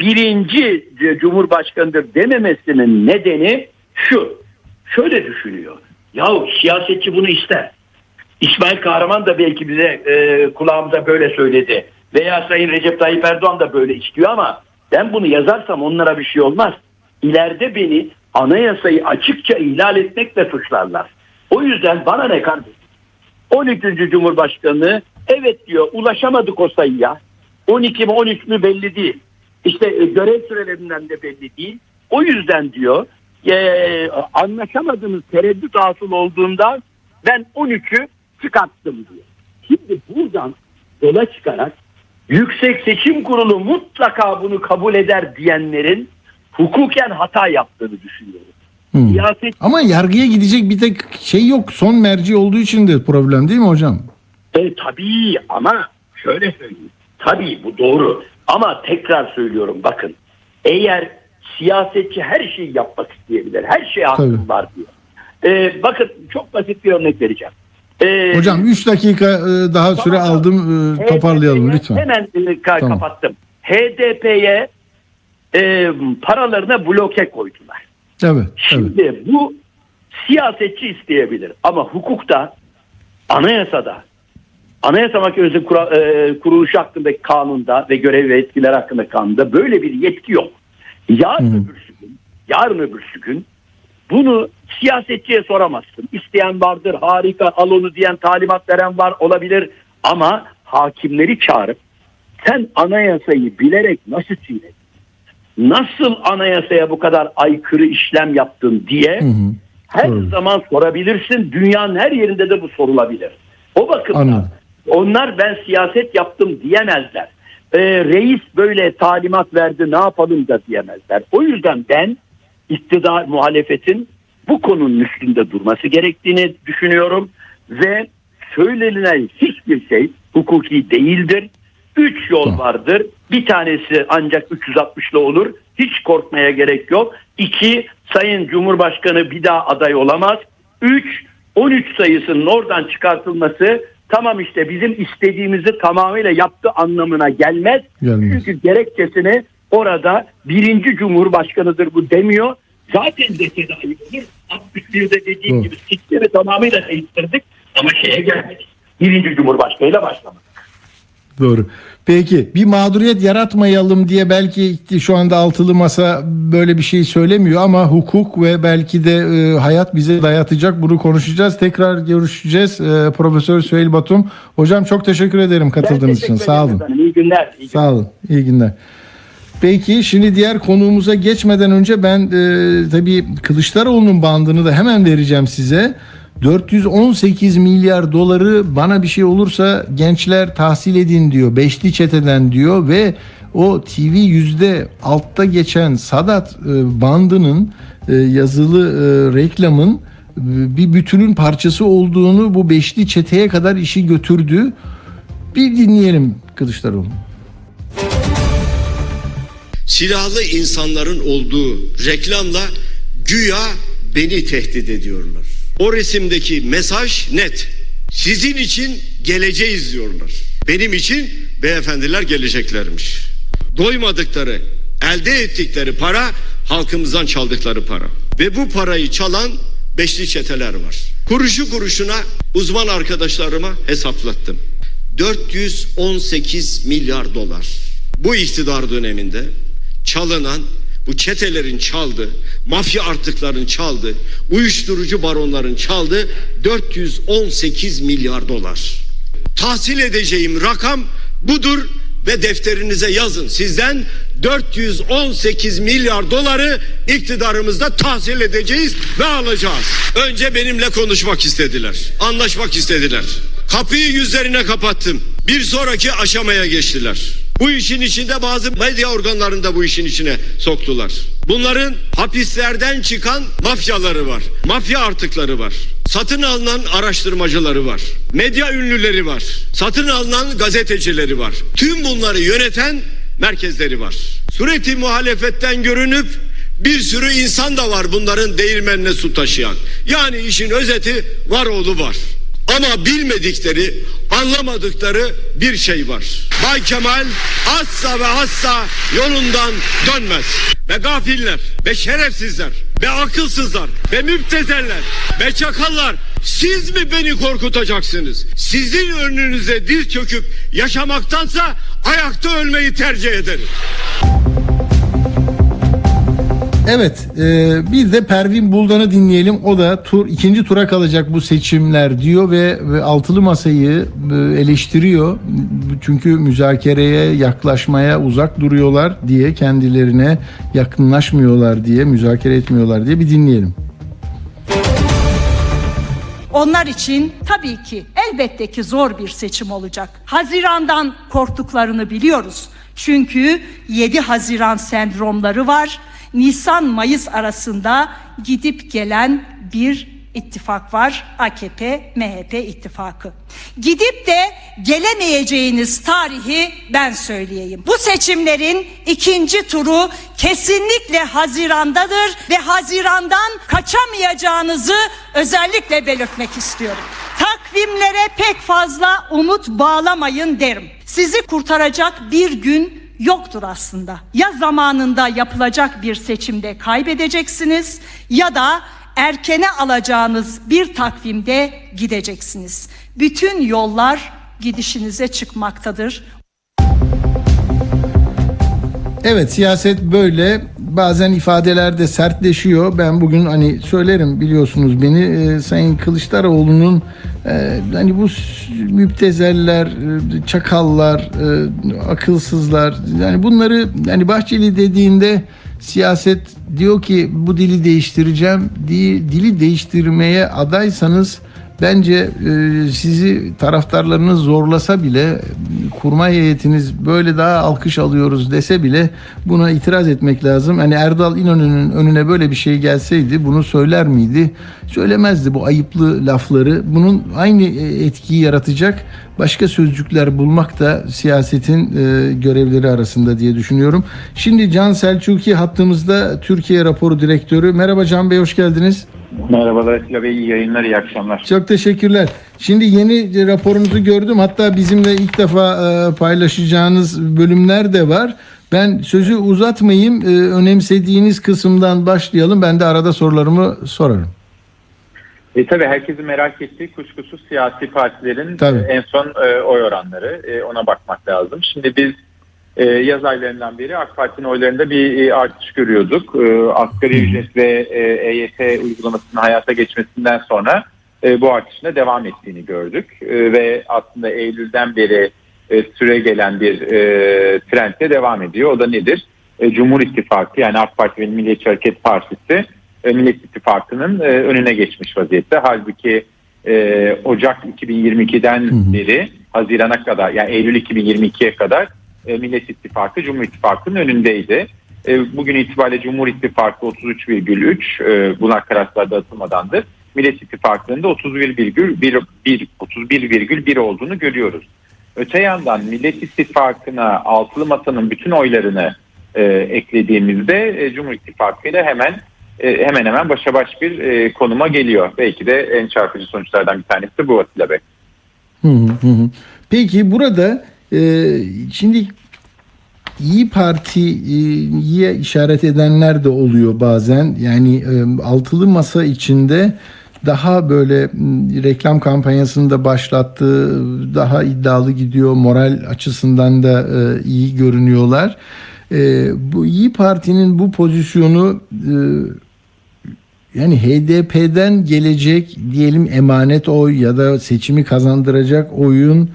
1. Cumhurbaşkanıdır dememesinin nedeni şu. Şöyle düşünüyor. Yahu siyasetçi bunu ister. İsmail Kahraman da belki bize kulağımıza böyle söyledi. Veya Sayın Recep Tayyip Erdoğan da böyle istiyor ama ben bunu yazarsam onlara bir şey olmaz. İleride beni anayasayı açıkça ihlal etmekle suçlarlar. O yüzden bana ne kardeşim? 12. Cumhurbaşkanı evet diyor, ulaşamadık o sayıya. 12 mi 13 mü belli değil. İşte görev sürelerinden de belli değil. O yüzden diyor anlaşamadığınız tereddüt hasıl olduğunda ben 13'ü çıkarttım diyor. Şimdi buradan yola çıkarak Yüksek Seçim Kurulu mutlaka bunu kabul eder diyenlerin hukuken hata yaptığını düşünüyorum. Ama yargıya gidecek bir tek şey yok. Son merci olduğu için de problem değil mi hocam? Tabii ama şöyle söyleyeyim. Tabii bu doğru. Ama tekrar söylüyorum, bakın. Eğer siyasetçi her şeyi yapmak isteyebilir. Her şeye hakkım var diyor. Bakın çok basit bir örnek vereceğim. Hocam 3 dakika daha süre aldım. Toparlayalım lütfen. Hemen kapattım. HDP'ye paralarına bloke koydular. Evet. Şimdi bu siyasetçi isteyebilir. Ama hukukta, anayasada, Anayasa Mahkemesi'nin kuruluşu hakkındaki kanunda ve görev ve yetkiler hakkındaki kanunda böyle bir yetki yok. Yarın öbürsü gün bunu siyasetçiye soramazsın. İsteyen vardır, harika, al onu diyen, talimat veren var olabilir. Ama hakimleri çağırıp sen anayasayı bilerek nasıl çiğnedin? Nasıl anayasaya bu kadar aykırı işlem yaptın diye Her zaman sorabilirsin. Dünyanın her yerinde de bu sorulabilir. O bakımdan Anladım. onlar ben siyaset yaptım diyemezler. Reis böyle talimat verdi ne yapalım da diyemezler. O yüzden ben iktidar muhalefetin bu konunun üstünde durması gerektiğini düşünüyorum ve söylenilen hiçbir şey hukuki değildir. 3 yol vardır. Bir tanesi ancak 360'la olur. Hiç korkmaya gerek yok. 2, Sayın Cumhurbaşkanı bir daha aday olamaz. 3, 13 sayısının oradan çıkartılması tamam işte bizim istediğimizi tamamıyla yaptı anlamına gelmez. Çünkü gerekçesini orada 1. Cumhurbaşkanıdır bu demiyor. Zaten de tedavi olur. 61'de dediğim gibi sistemi tamamıyla değiştirdik ama şeye gelmedik. 1. Cumhurbaşkanıyla başlamadık. Doğru. Peki bir mağduriyet yaratmayalım diye belki şu anda altılı masa böyle bir şey söylemiyor ama hukuk ve belki de hayat bize dayatacak. Bunu konuşacağız. Tekrar görüşeceğiz. Profesör Süheyl Batum. Hocam çok teşekkür ederim katıldığınız için. Sağ olun. İyi günler. Sağ olun. İyi günler. Peki şimdi diğer konuğumuza geçmeden önce ben tabii Kılıçdaroğlu'nun bandını da hemen vereceğim size. 418 milyar doları bana bir şey olursa gençler tahsil edin diyor. Beşli çeteden diyor ve o TV yüzde altta geçen Sadat bandının yazılı reklamın bir bütünün parçası olduğunu bu beşli çeteye kadar işi götürdü. Bir dinleyelim Kılıçdaroğlu. Silahlı insanların olduğu reklamla güya beni tehdit ediyorlar. O resimdeki mesaj net. Sizin için geleceğiz diyorlar. Benim için beyefendiler geleceklermiş. Doymadıkları, elde ettikleri para halkımızdan çaldıkları para. Ve bu parayı çalan beşli çeteler var. Kuruşu kuruşuna uzman arkadaşlarıma hesaplattım. 418 milyar dolar. Bu iktidar döneminde çalınan, bu çetelerin çaldığı, mafya artıkların çaldığı, uyuşturucu baronların çaldığı 418 milyar dolar. Tahsil edeceğim rakam budur ve defterinize yazın. Sizden 418 milyar doları iktidarımızda tahsil edeceğiz ve alacağız. Önce benimle konuşmak istediler, anlaşmak istediler. Kapıyı yüzlerine kapattım. Bir sonraki aşamaya geçtiler. Bu işin içinde bazı medya organlarını da bu işin içine soktular. Bunların hapislerden çıkan mafyaları var. Mafya artıkları var. Satın alınan araştırmacıları var. Medya ünlüleri var. Satın alınan gazetecileri var. Tüm bunları yöneten merkezleri var. Sureti muhalefetten görünüp bir sürü insan da var bunların değirmenine su taşıyan. Yani işin özeti var oğlu var. Ama bilmedikleri, anlamadıkları bir şey var. Bay Kemal asla ve asla yolundan dönmez. Ve gafiller, ve şerefsizler, ve akılsızlar, ve müptezeller, ve çakallar, siz mi beni korkutacaksınız? Sizin önünüze diz çöküp yaşamaktansa ayakta ölmeyi tercih ederim. Evet, bir de Pervin Buldan'ı dinleyelim. O da ikinci tura kalacak bu seçimler diyor ve altılı masayı eleştiriyor. Çünkü müzakereye, yaklaşmaya uzak duruyorlar diye, kendilerine yakınlaşmıyorlar diye, müzakere etmiyorlar diye bir dinleyelim. Onlar için tabii ki elbette ki zor bir seçim olacak. Haziran'dan korktuklarını biliyoruz. Çünkü 7 Haziran sendromları var. Nisan-Mayıs arasında gidip gelen bir ittifak var. AKP-MHP ittifakı. Gidip de gelemeyeceğiniz tarihi ben söyleyeyim. Bu seçimlerin ikinci turu kesinlikle Haziran'dadır ve Haziran'dan kaçamayacağınızı özellikle belirtmek istiyorum. Takvimlere pek fazla umut bağlamayın derim. Sizi kurtaracak bir gün yoktur aslında. Ya zamanında yapılacak bir seçimde kaybedeceksiniz ya da erkene alacağınız bir takvimde gideceksiniz. Bütün yollar gidişinize çıkmaktadır. Evet, siyaset böyle. Bazen ifadeler de sertleşiyor. Ben bugün hani söylerim, biliyorsunuz beni, Sayın Kılıçdaroğlu'nun hani bu müptezeller, çakallar, akılsızlar, yani bunları, yani Bahçeli dediğinde siyaset diyor ki bu dili değiştireceğim. Dili değiştirmeye adaysanız bence sizi taraftarlarınız zorlasa bile, kurmay heyetiniz böyle daha alkış alıyoruz dese bile buna itiraz etmek lazım. Hani Erdal İnönü'nün önüne böyle bir şey gelseydi bunu söyler miydi? Söylemezdi bu ayıplı lafları. Bunun aynı etkiyi yaratacak başka sözcükler bulmak da siyasetin görevleri arasında diye düşünüyorum. Şimdi Can Selçuki hattımızda, Türkiye Raporu Direktörü. Merhaba Can Bey, hoş geldiniz. Merhabalar Atilla Bey, iyi yayınlar, iyi akşamlar. Çok teşekkürler. Şimdi yeni raporunuzu gördüm. Hatta bizimle ilk defa paylaşacağınız bölümler de var. Ben sözü uzatmayayım. Önemsediğiniz kısımdan başlayalım. Ben de arada sorularımı sorarım. Tabii herkesin merak ettiği kuşkusuz siyasi partilerin en son oy oranları. Ona bakmak lazım. Şimdi biz yaz aylarından beri AK Parti'nin oylarında bir artış görüyorduk. Asgari ücret ve EYT uygulamasının hayata geçmesinden sonra bu artışın da devam ettiğini gördük. Ve aslında Eylül'den beri süre gelen bir trendle devam ediyor. O da nedir? Cumhur İttifakı, yani AK Parti ve Milliyetçi Hareket Partisi Millet İttifakı'nın önüne geçmiş vaziyette. Halbuki Ocak 2022'den beri Haziran'a kadar, yani Eylül 2022'ye kadar Millet İttifakı Cumhur İttifakı'nın önündeydi. Bugün itibariyle Cumhur İttifakı 33,3, bunlar kararlarda atılmadandır. Millet İttifakı'nın da 31,1 olduğunu görüyoruz. Öte yandan Millet İttifakı'na altılı masanın bütün oylarını eklediğimizde Cumhur İttifakı ile hemen hemen başa baş bir konuma geliyor. Belki de en çarpıcı sonuçlardan bir tanesi bu Atilla Bey. Peki burada şimdi İyi Parti'ye işaret edenler de oluyor bazen. Yani altılı masa içinde daha böyle reklam kampanyasını da başlattı, daha iddialı gidiyor, moral açısından da iyi görünüyorlar. Bu İyi Parti'nin bu pozisyonu yani HDP'den gelecek diyelim emanet oy ya da seçimi kazandıracak oyun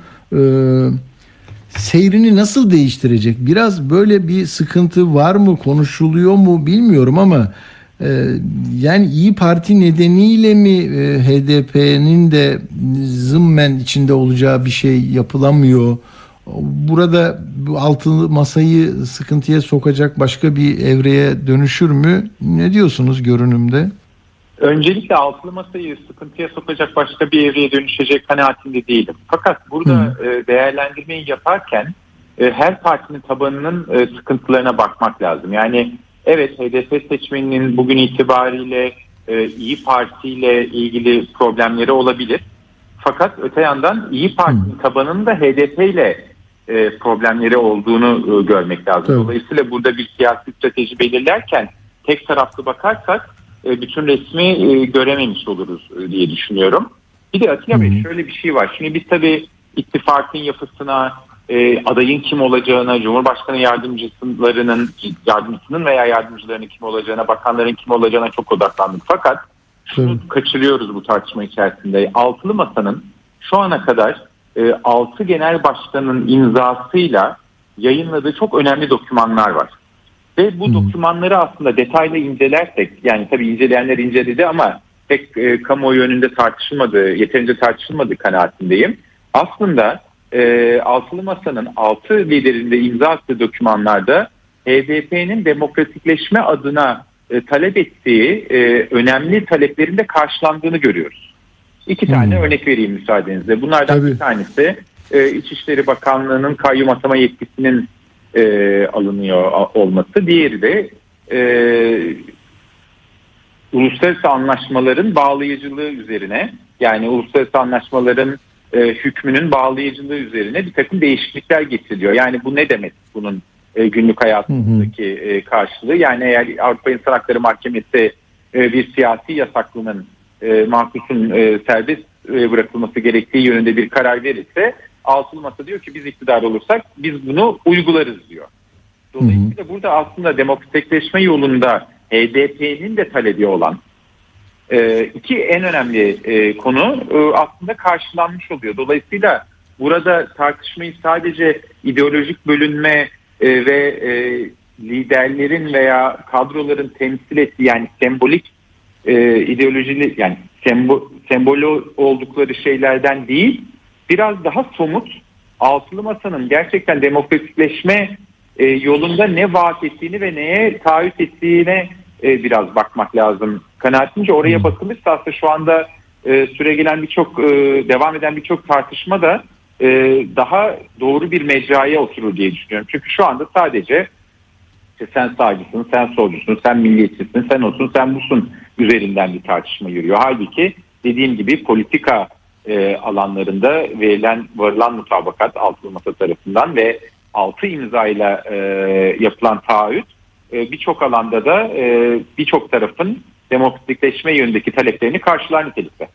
seyrini nasıl değiştirecek? Biraz böyle bir sıkıntı var mı, konuşuluyor mu bilmiyorum ama yani İyi Parti nedeniyle mi HDP'nin de zımmen içinde olacağı bir şey yapılamıyor? Burada bu altılı masayı sıkıntıya sokacak başka bir evreye dönüşür mü? Ne diyorsunuz görünümde? Öncelikle altılı masayı sıkıntıya sokacak başka bir evreye dönüşecek kanaatinde değilim. Fakat burada değerlendirmeyi yaparken her partinin tabanının sıkıntılarına bakmak lazım. Yani evet, HDP seçmeninin bugün itibariyle İyi Parti ile ilgili problemleri olabilir. Fakat öte yandan İyi Parti'nin tabanının da HDP ile problemleri olduğunu görmek lazım. Evet. Dolayısıyla burada bir siyasi strateji belirlerken tek taraflı bakarsak bütün resmi görememiş oluruz diye düşünüyorum. Bir de Atilla Bey, şöyle bir şey var. Şimdi biz tabii ittifakın yapısına, adayın kim olacağına, Cumhurbaşkanı yardımcısının veya yardımcılarının kim olacağına, bakanların kim olacağına çok odaklandık. Fakat şunu kaçırıyoruz bu tartışma içerisinde. Altılı Masa'nın şu ana kadar 6 genel başkanın imzasıyla yayınladığı çok önemli dokümanlar var. Ve bu dokümanları aslında detaylı incelersek, yani tabii inceleyenler inceledi ama pek kamuoyu önünde yeterince tartışılmadı kanaatindeyim. Aslında Altılı Masa'nın 6 liderinde imza attığı dokümanlarda HDP'nin demokratikleşme adına talep ettiği önemli taleplerin de karşılandığını görüyoruz. 2 tane örnek vereyim müsaadenizle. Bunlardan bir tanesi İçişleri Bakanlığı'nın kayyum atama yetkisinin alınıyor olması. Diğeri de uluslararası anlaşmaların bağlayıcılığı üzerine, yani uluslararası anlaşmaların hükmünün bağlayıcılığı üzerine bir takım değişiklikler getiriyor. Yani bu ne demek bunun günlük hayatımızdaki karşılığı? Yani eğer Avrupa İnsan Hakları Mahkemesi bir siyasi yasaklının mahkusun serbest bırakılması gerektiği yönünde bir karar verirse, Altılı Masa diyor ki biz iktidar olursak biz bunu uygularız diyor. Dolayısıyla burada aslında demokratikleşme yolunda HDP'nin de talebi olan 2 en önemli konu aslında karşılanmış oluyor. Dolayısıyla burada tartışmayı sadece ideolojik bölünme ve liderlerin veya kadroların temsil ettiği, yani sembolik ideolojili, yani sembolü oldukları şeylerden değil, biraz daha somut, altılı masanın gerçekten demokratikleşme yolunda ne vaat ettiğini ve neye taahhüt ettiğine biraz bakmak lazım. Kanaatimce oraya bakılırsa aslında şu anda süregelen birçok devam eden birçok tartışma da daha doğru bir mecraya oturur diye düşünüyorum. Çünkü şu anda sadece işte sen sağcısın, sen solcusun, sen milliyetçisin, sen olsun, sen busun üzerinden bir tartışma yürüyor. Halbuki dediğim gibi politika alanlarında varılan mutabakat altılı masa tarafından ve 6 imzayla yapılan taahhüt birçok alanda da birçok tarafın demokratikleşme yönündeki taleplerini karşılar nitelikte.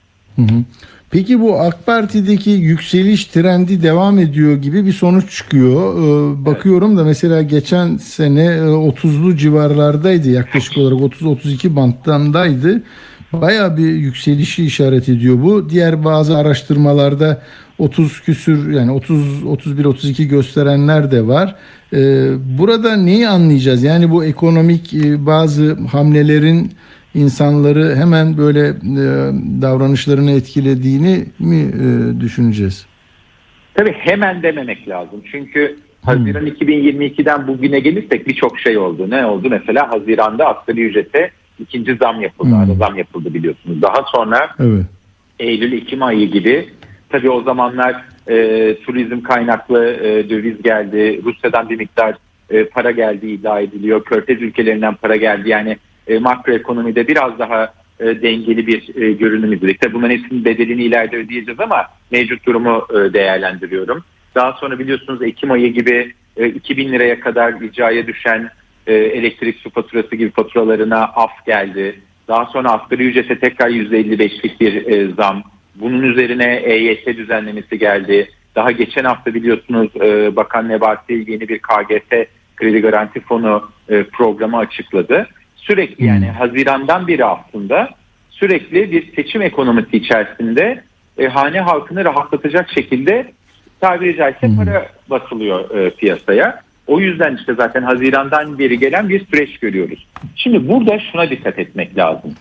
Peki bu AK Parti'deki yükseliş trendi devam ediyor gibi bir sonuç çıkıyor. Bakıyorum da mesela geçen sene 30'lu civarlardaydı, yaklaşık olarak 30-32 bantlandaydı. Bayağı bir yükselişi işaret ediyor bu. Diğer bazı araştırmalarda 30 küsür, yani 30-31-32 gösterenler de var. Burada neyi anlayacağız? Yani bu ekonomik bazı hamlelerin insanları hemen böyle davranışlarını etkilediğini mi düşüneceğiz? Tabii hemen dememek lazım. Çünkü Haziran 2022'den bugüne gelirsek birçok şey oldu. Ne oldu? Mesela Haziran'da asgari ücrete ikinci zam yapıldı. Ara zam yapıldı biliyorsunuz. Daha sonra Eylül-Ekim ayı gibi, tabii o zamanlar turizm kaynaklı döviz geldi. Rusya'dan bir miktar para geldiği iddia ediliyor. Körfez ülkelerinden para geldi. Yani makroekonomide biraz daha dengeli bir görünüm izledik. Tabii bunların hepsinin bedelini ileride ödeyeceğiz ama mevcut durumu değerlendiriyorum. Daha sonra biliyorsunuz Ekim ayı gibi 2000 liraya kadar icraya düşen elektrik su faturası gibi faturalarına af geldi. Daha sonra asgari ücrete tekrar %55'lik bir zam. Bunun üzerine EYT düzenlemesi geldi. Daha geçen hafta biliyorsunuz Bakan Nebati yeni bir KGF kredi garanti fonu programı açıkladı. Sürekli, yani Haziran'dan beri aslında sürekli bir seçim ekonomisi içerisinde hane halkını rahatlatacak şekilde tabiri caizse para basılıyor piyasaya. O yüzden işte zaten Haziran'dan beri gelen bir süreç görüyoruz. Şimdi burada şuna dikkat etmek lazım.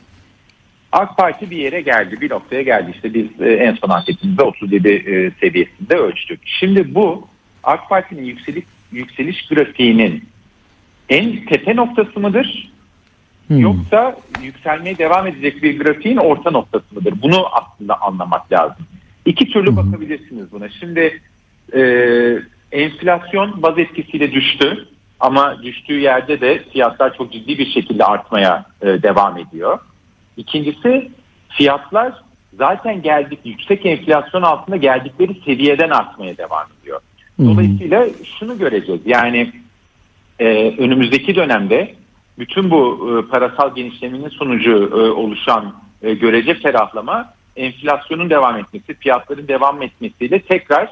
AK Parti bir yere geldi, bir noktaya geldi. İşte biz en son anketimizde 37 seviyesinde ölçtük. Şimdi bu AK Parti'nin yükseliş grafiğinin en tepe noktası mıdır? Yoksa yükselmeye devam edecek bir grafiğin orta noktası mıdır? Bunu aslında anlamak lazım. İki türlü bakabilirsiniz buna. Şimdi enflasyon baz etkisiyle düştü ama düştüğü yerde de fiyatlar çok ciddi bir şekilde artmaya devam ediyor. İkincisi, fiyatlar zaten yüksek enflasyon altında geldikleri seviyeden artmaya devam ediyor. Dolayısıyla şunu göreceğiz. Yani önümüzdeki dönemde bütün bu parasal genişlemenin sonucu oluşan görece ferahlama, enflasyonun devam etmesi, fiyatların devam etmesiyle tekrar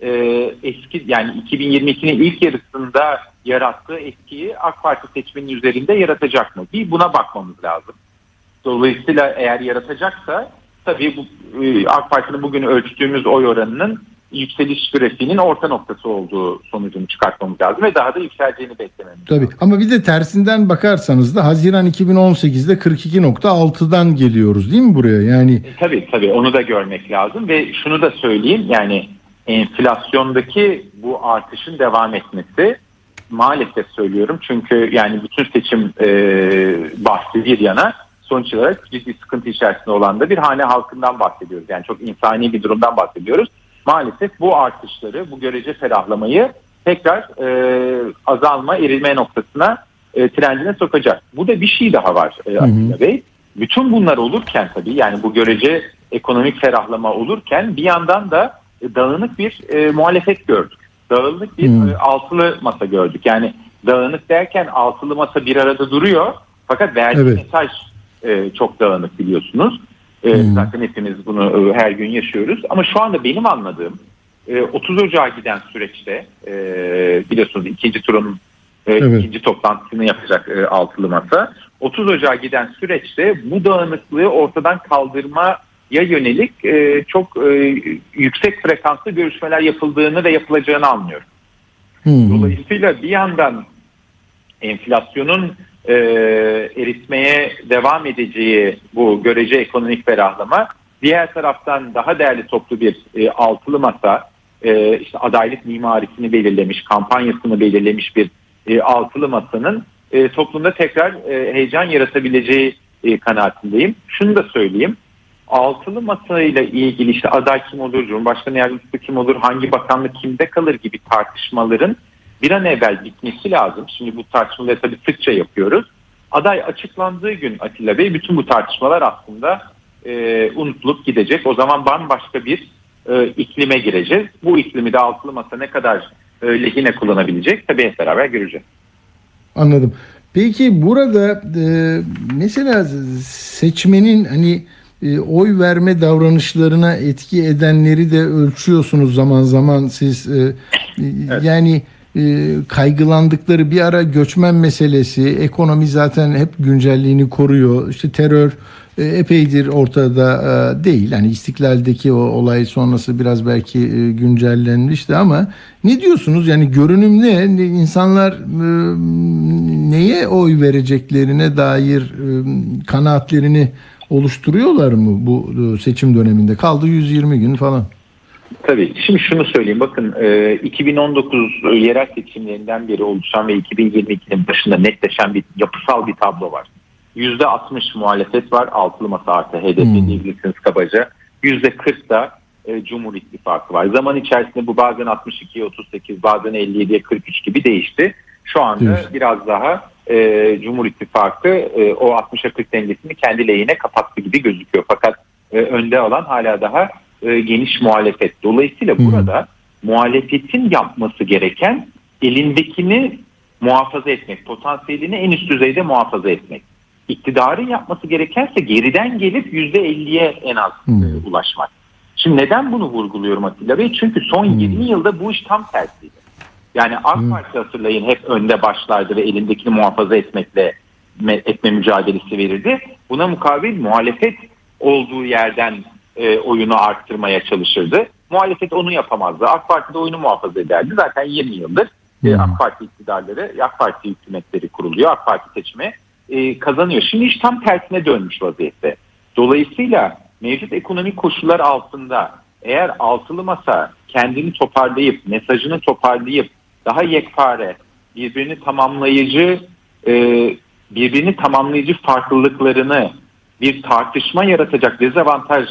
eski, yani 2022'nin ilk yarısında yarattığı etkiyi AK Parti seçmenin üzerinde yaratacak mı? Bir buna bakmamız lazım. Dolayısıyla eğer yaratacaksa tabii bu AK Parti'nin bugün ölçtüğümüz oy oranının yükseliş grafiğinin orta noktası olduğu sonucunu çıkartmamız lazım ve daha da yükseleceğini beklememiz lazım. Tabii, ama bir de tersinden bakarsanız da Haziran 2018'de 42.6'dan geliyoruz değil mi buraya? Yani tabii onu da görmek lazım ve şunu da söyleyeyim, yani enflasyondaki bu artışın devam etmesi, maalesef söylüyorum, çünkü yani bütün seçim bahsi bir yana, sonuç olarak ciddi sıkıntı içerisinde olan da bir hane halkından bahsediyoruz. Yani çok insani bir durumdan bahsediyoruz. Maalesef bu artışları, bu görece ferahlamayı tekrar azalma, erilme noktasına trendine sokacak. Burada bir şey daha var Atilla Bey. Bütün bunlar olurken tabii, yani bu görece ekonomik ferahlama olurken bir yandan da dağınık bir muhalefet gördük. Dağınık bir altılı masa gördük. Yani dağınık derken altılı masa bir arada duruyor fakat verdiği mesaj çok dağınık, biliyorsunuz. Zaten hepimiz bunu her gün yaşıyoruz. Ama şu anda benim anladığım 30 Ocağı giden süreçte biliyorsunuz ikinci turun ikinci toplantısını yapacak altılı masa. 30 Ocağı giden süreçte bu dağınıklığı ortadan kaldırmaya yönelik çok yüksek frekanslı görüşmeler yapıldığını ve yapılacağını anlıyorum. Dolayısıyla bir yandan enflasyonun eritmeye devam edeceği bu görece ekonomik ferahlama, diğer taraftan daha değerli toplu bir altılı masa, işte adaylık mimarisini belirlemiş, kampanyasını belirlemiş bir altılı masanın toplumda tekrar heyecan yaratabileceği kanaatindeyim. Şunu da söyleyeyim. Altılı masayla ilgili işte aday kim olur, Cumhurbaşkanı yardımcısı kim olur, hangi bakanlık kimde kalır gibi tartışmaların bir an evvel bitmesi lazım. Şimdi bu tartışmaları tabii sıkça yapıyoruz. Aday açıklandığı gün Atilla Bey bütün bu tartışmalar aslında unutulup gidecek. O zaman bambaşka bir iklime gireceğiz. Bu iklimi de altılı masa ne kadar lehine kullanabilecek tabii hep beraber göreceğiz. Anladım. Peki burada mesela seçmenin hani oy verme davranışlarına etki edenleri de ölçüyorsunuz zaman zaman siz. Evet. Yani kaygılandıkları bir ara göçmen meselesi, ekonomi zaten hep güncelliğini koruyor. İşte terör epeydir ortada değil. Hani İstiklal'deki o olay sonrası biraz belki güncellenmişti ama ne diyorsunuz? Yani görünüm ne? İnsanlar neye oy vereceklerine dair kanaatlerini oluşturuyorlar mı bu seçim döneminde? Kaldı 120 gün falan. Tabii. Şimdi şunu söyleyeyim. Bakın 2019 yerel seçimlerinden beri oluşan ve 2022'nin başında netleşen bir yapısal bir tablo var. %60 muhalefet var. Altılı masa artı HDP diyebilirsiniz kabaca. %40 da Cumhur İttifakı var. Zaman içerisinde bu bazen 62'ye 38, bazen 57'ye 43 gibi değişti. Şu anda biraz daha Cumhur İttifakı o 60'a 40 dengesini kendi lehine kapattı gibi gözüküyor. Fakat önde alan hala daha geniş muhalefet. Dolayısıyla burada muhalefetin yapması gereken elindekini muhafaza etmek, potansiyelini en üst düzeyde muhafaza etmek. İktidarın yapması gerekense geriden gelip %50'ye en az ulaşmak. Şimdi neden bunu vurguluyorum Atilla Bey? Çünkü son 20 yılda bu iş tam tersiydi. Yani AK Parti hatırlayın hep önde başlardı ve elindekini muhafaza etme mücadelesi verirdi. Buna mukabil muhalefet olduğu yerden oyunu arttırmaya çalışırdı. Muhalefet onu yapamazdı. AK Parti de oyunu muhafaza ederdi. Zaten 20 yıldır AK Parti iktidarları, AK Parti hükümetleri kuruluyor. AK Parti seçimi kazanıyor. Şimdi iş tam tersine dönmüş vaziyette. Dolayısıyla mevcut ekonomik koşullar altında eğer altılı masa kendini toparlayıp, mesajını toparlayıp daha yekpare, birbirini tamamlayıcı farklılıklarını bir tartışma yaratacak dezavantaj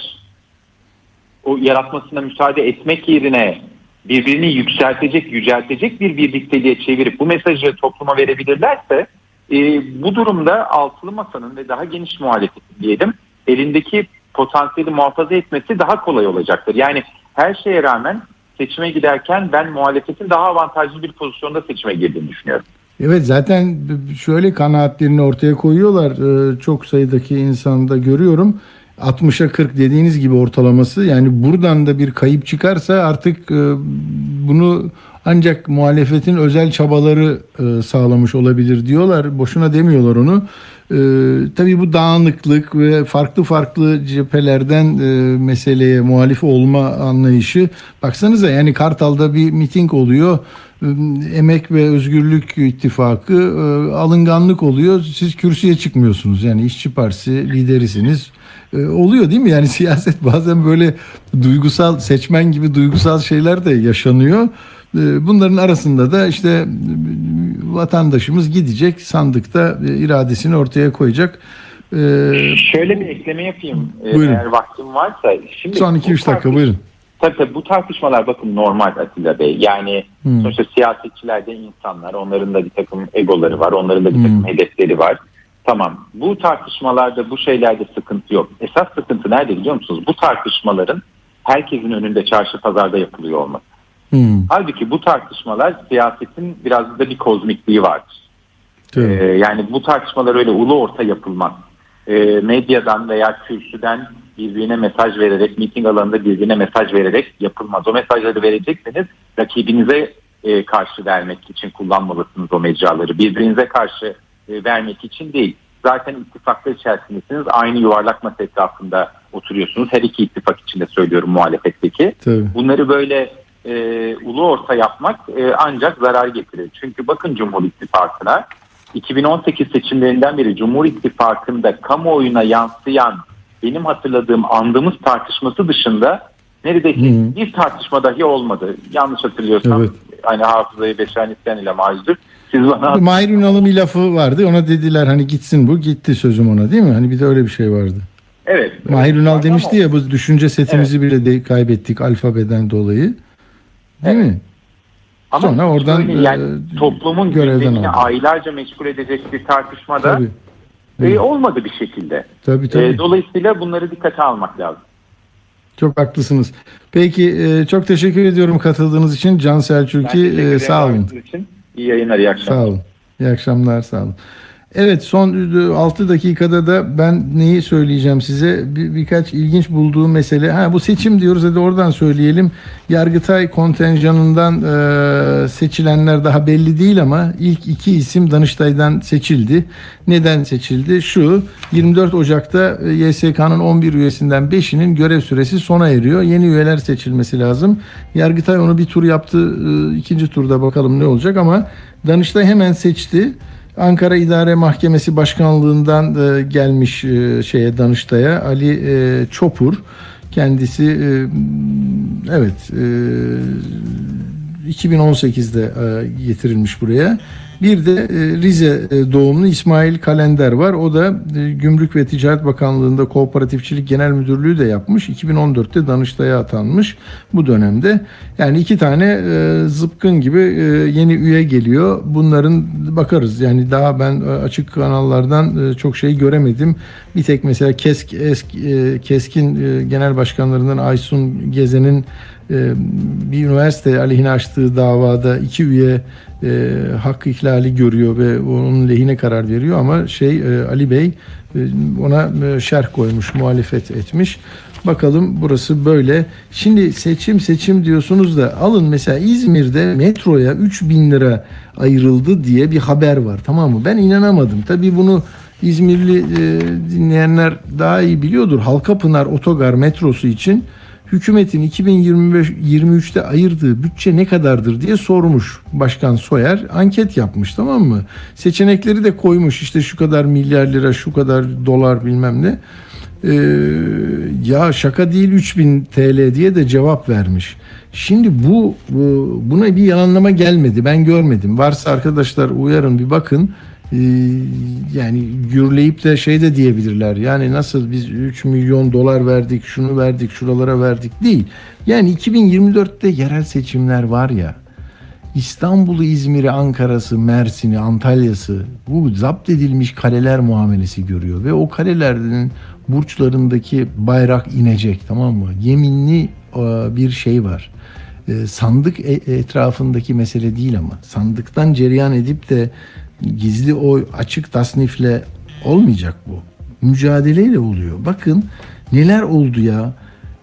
yaratmasına müsaade etmek yerine birbirini yüceltecek bir birlikteliğe çevirip bu mesajı topluma verebilirlerse bu durumda altılı masanın ve daha geniş muhalefet diyelim elindeki potansiyeli muhafaza etmesi daha kolay olacaktır. Yani her şeye rağmen seçime giderken ben muhalefetin daha avantajlı bir pozisyonda seçime girdiğini düşünüyorum. Evet, zaten şöyle kanaatlerini ortaya koyuyorlar. Çok sayıdaki insanda görüyorum. 60'a 40 dediğiniz gibi ortalaması. Yani buradan da bir kayıp çıkarsa artık bunu ancak muhalefetin özel çabaları sağlamış olabilir diyorlar. Boşuna demiyorlar onu. Tabii bu dağınıklık ve farklı cephelerden meseleye muhalif olma anlayışı. Baksanıza, yani Kartal'da bir miting oluyor. Emek ve Özgürlük İttifakı alınganlık oluyor. Siz kürsüye çıkmıyorsunuz. Yani İşçi Partisi liderisiniz. Oluyor değil mi? Yani siyaset bazen böyle duygusal, seçmen gibi duygusal şeyler de yaşanıyor. Bunların arasında da işte vatandaşımız gidecek, sandıkta iradesini ortaya koyacak. Şöyle bir ekleme yapayım. Buyurun. Eğer vaktim varsa. Şimdi son 2-3 dakika buyurun. Tabii bu tartışmalar bakın normal Atilla Bey. Yani sonuçta siyasetçiler de insanlar. Onların da bir takım egoları var. Onların da bir takım hedefleri var. Tamam. Bu tartışmalarda, bu şeylerde sıkıntı yok. Esas sıkıntı nerede biliyor musunuz? Bu tartışmaların herkesin önünde çarşı pazarda yapılıyor olması. Halbuki bu tartışmalar siyasetin biraz da bir kozmikliği vardır. Yani bu tartışmalar öyle ulu orta yapılmaz. Medyadan veya kürsüden birbirine mesaj vererek, miting alanında birbirine mesaj vererek yapılmaz. O mesajları verecekseniz rakibinize karşı vermek için kullanmalısınız o mecraları. Birbirinize karşı vermek için değil. Zaten ittifaklar içerisindesiniz. Aynı yuvarlak masa etrafında oturuyorsunuz. Her iki ittifak içinde söylüyorum, muhalefetteki. Tabii. Bunları böyle ulu orta yapmak ancak zarar getirir. Çünkü bakın Cumhur İttifakı'na 2018 seçimlerinden beri Cumhur İttifakı'nda kamuoyuna yansıyan benim hatırladığım andığımız tartışması dışında neredeyse bir tartışma dahi olmadı. Yanlış hatırlıyorsam hani hafızayı beşernisyen ile mazur. Siz bana... Mahir Ünal'ın bir lafı vardı. Ona dediler hani gitsin bu. Gitti sözüm ona, değil mi? Hani bir de öyle bir şey vardı. Evet. Mahir Ünal demişti ya, bu düşünce setimizi bile de kaybettik alfabeden dolayı. Değil mi? Ama sonra oradan yani toplumun gündemini aylarca meşgul edecek bir tartışmada olmadı bir şekilde. Tabii. Dolayısıyla bunları dikkate almak lazım. Çok haklısınız. Peki çok teşekkür ediyorum katıldığınız için. Can Selçuk'i sağ olun. İyi yayınlar, iyi akşamlar. Sağ olun. İyi akşamlar, sağ olun. Evet, son 6 dakikada da ben neyi söyleyeceğim size? Birkaç ilginç bulduğum mesele. Bu seçim diyoruz, hadi oradan söyleyelim. Yargıtay kontenjanından seçilenler daha belli değil ama ilk 2 isim Danıştay'dan seçildi. Neden seçildi? 24 Ocak'ta YSK'nın 11 üyesinden 5'inin görev süresi sona eriyor. Yeni üyeler seçilmesi lazım. Yargıtay onu bir tur yaptı. 2. turda bakalım ne olacak ama Danıştay hemen seçti. Ankara İdare Mahkemesi Başkanlığından gelmiş Danıştay'a Ali Çopur, kendisi 2018'de getirilmiş buraya. Bir de Rize doğumlu İsmail Kalender var. O da Gümrük ve Ticaret Bakanlığı'nda Kooperatifçilik Genel Müdürlüğü de yapmış. 2014'te Danıştay'a atanmış bu dönemde. Yani 2 tane zıpkın gibi yeni üye geliyor. Bunların bakarız. Yani daha ben açık kanallardan çok şey göremedim. Bir tek mesela Keskin Genel Başkanlarından Aysun Gezen'in bir üniversite aleyhine açtığı davada 2 üye hak ihlali görüyor ve onun lehine karar veriyor ama Ali Bey ona şerh koymuş, muhalefet etmiş. Bakalım, burası böyle. Şimdi seçim diyorsunuz da alın mesela İzmir'de metroya 3.000 lira ayrıldı diye bir haber var, tamam mı? Ben inanamadım. Tabii bunu İzmirli dinleyenler daha iyi biliyordur. Halkapınar Otogar metrosu için hükümetin 2023'te ayırdığı bütçe ne kadardır diye sormuş Başkan Soyer. Anket yapmış, tamam mı? Seçenekleri de koymuş, işte şu kadar milyar lira, şu kadar dolar bilmem ne. Ya şaka değil, 3.000 TL diye de cevap vermiş. Şimdi buna bir yalanlama gelmedi. Ben görmedim. Varsa arkadaşlar uyarın, bir bakın. Yani gürleyip de de diyebilirler. Yani nasıl biz 3 milyon dolar verdik, şunu verdik, şuralara verdik değil. Yani 2024'te yerel seçimler var ya. İstanbul'u, İzmir'i, Ankara'sı, Mersin'i, Antalya'sı bu zapt edilmiş kaleler muamelesi görüyor ve o kalelerin burçlarındaki bayrak inecek, tamam mı? Yeminli bir şey var. Sandık etrafındaki mesele değil ama sandıktan cereyan edip de gizli oy, açık tasnifle olmayacak bu. Mücadeleyle oluyor. Bakın neler oldu ya.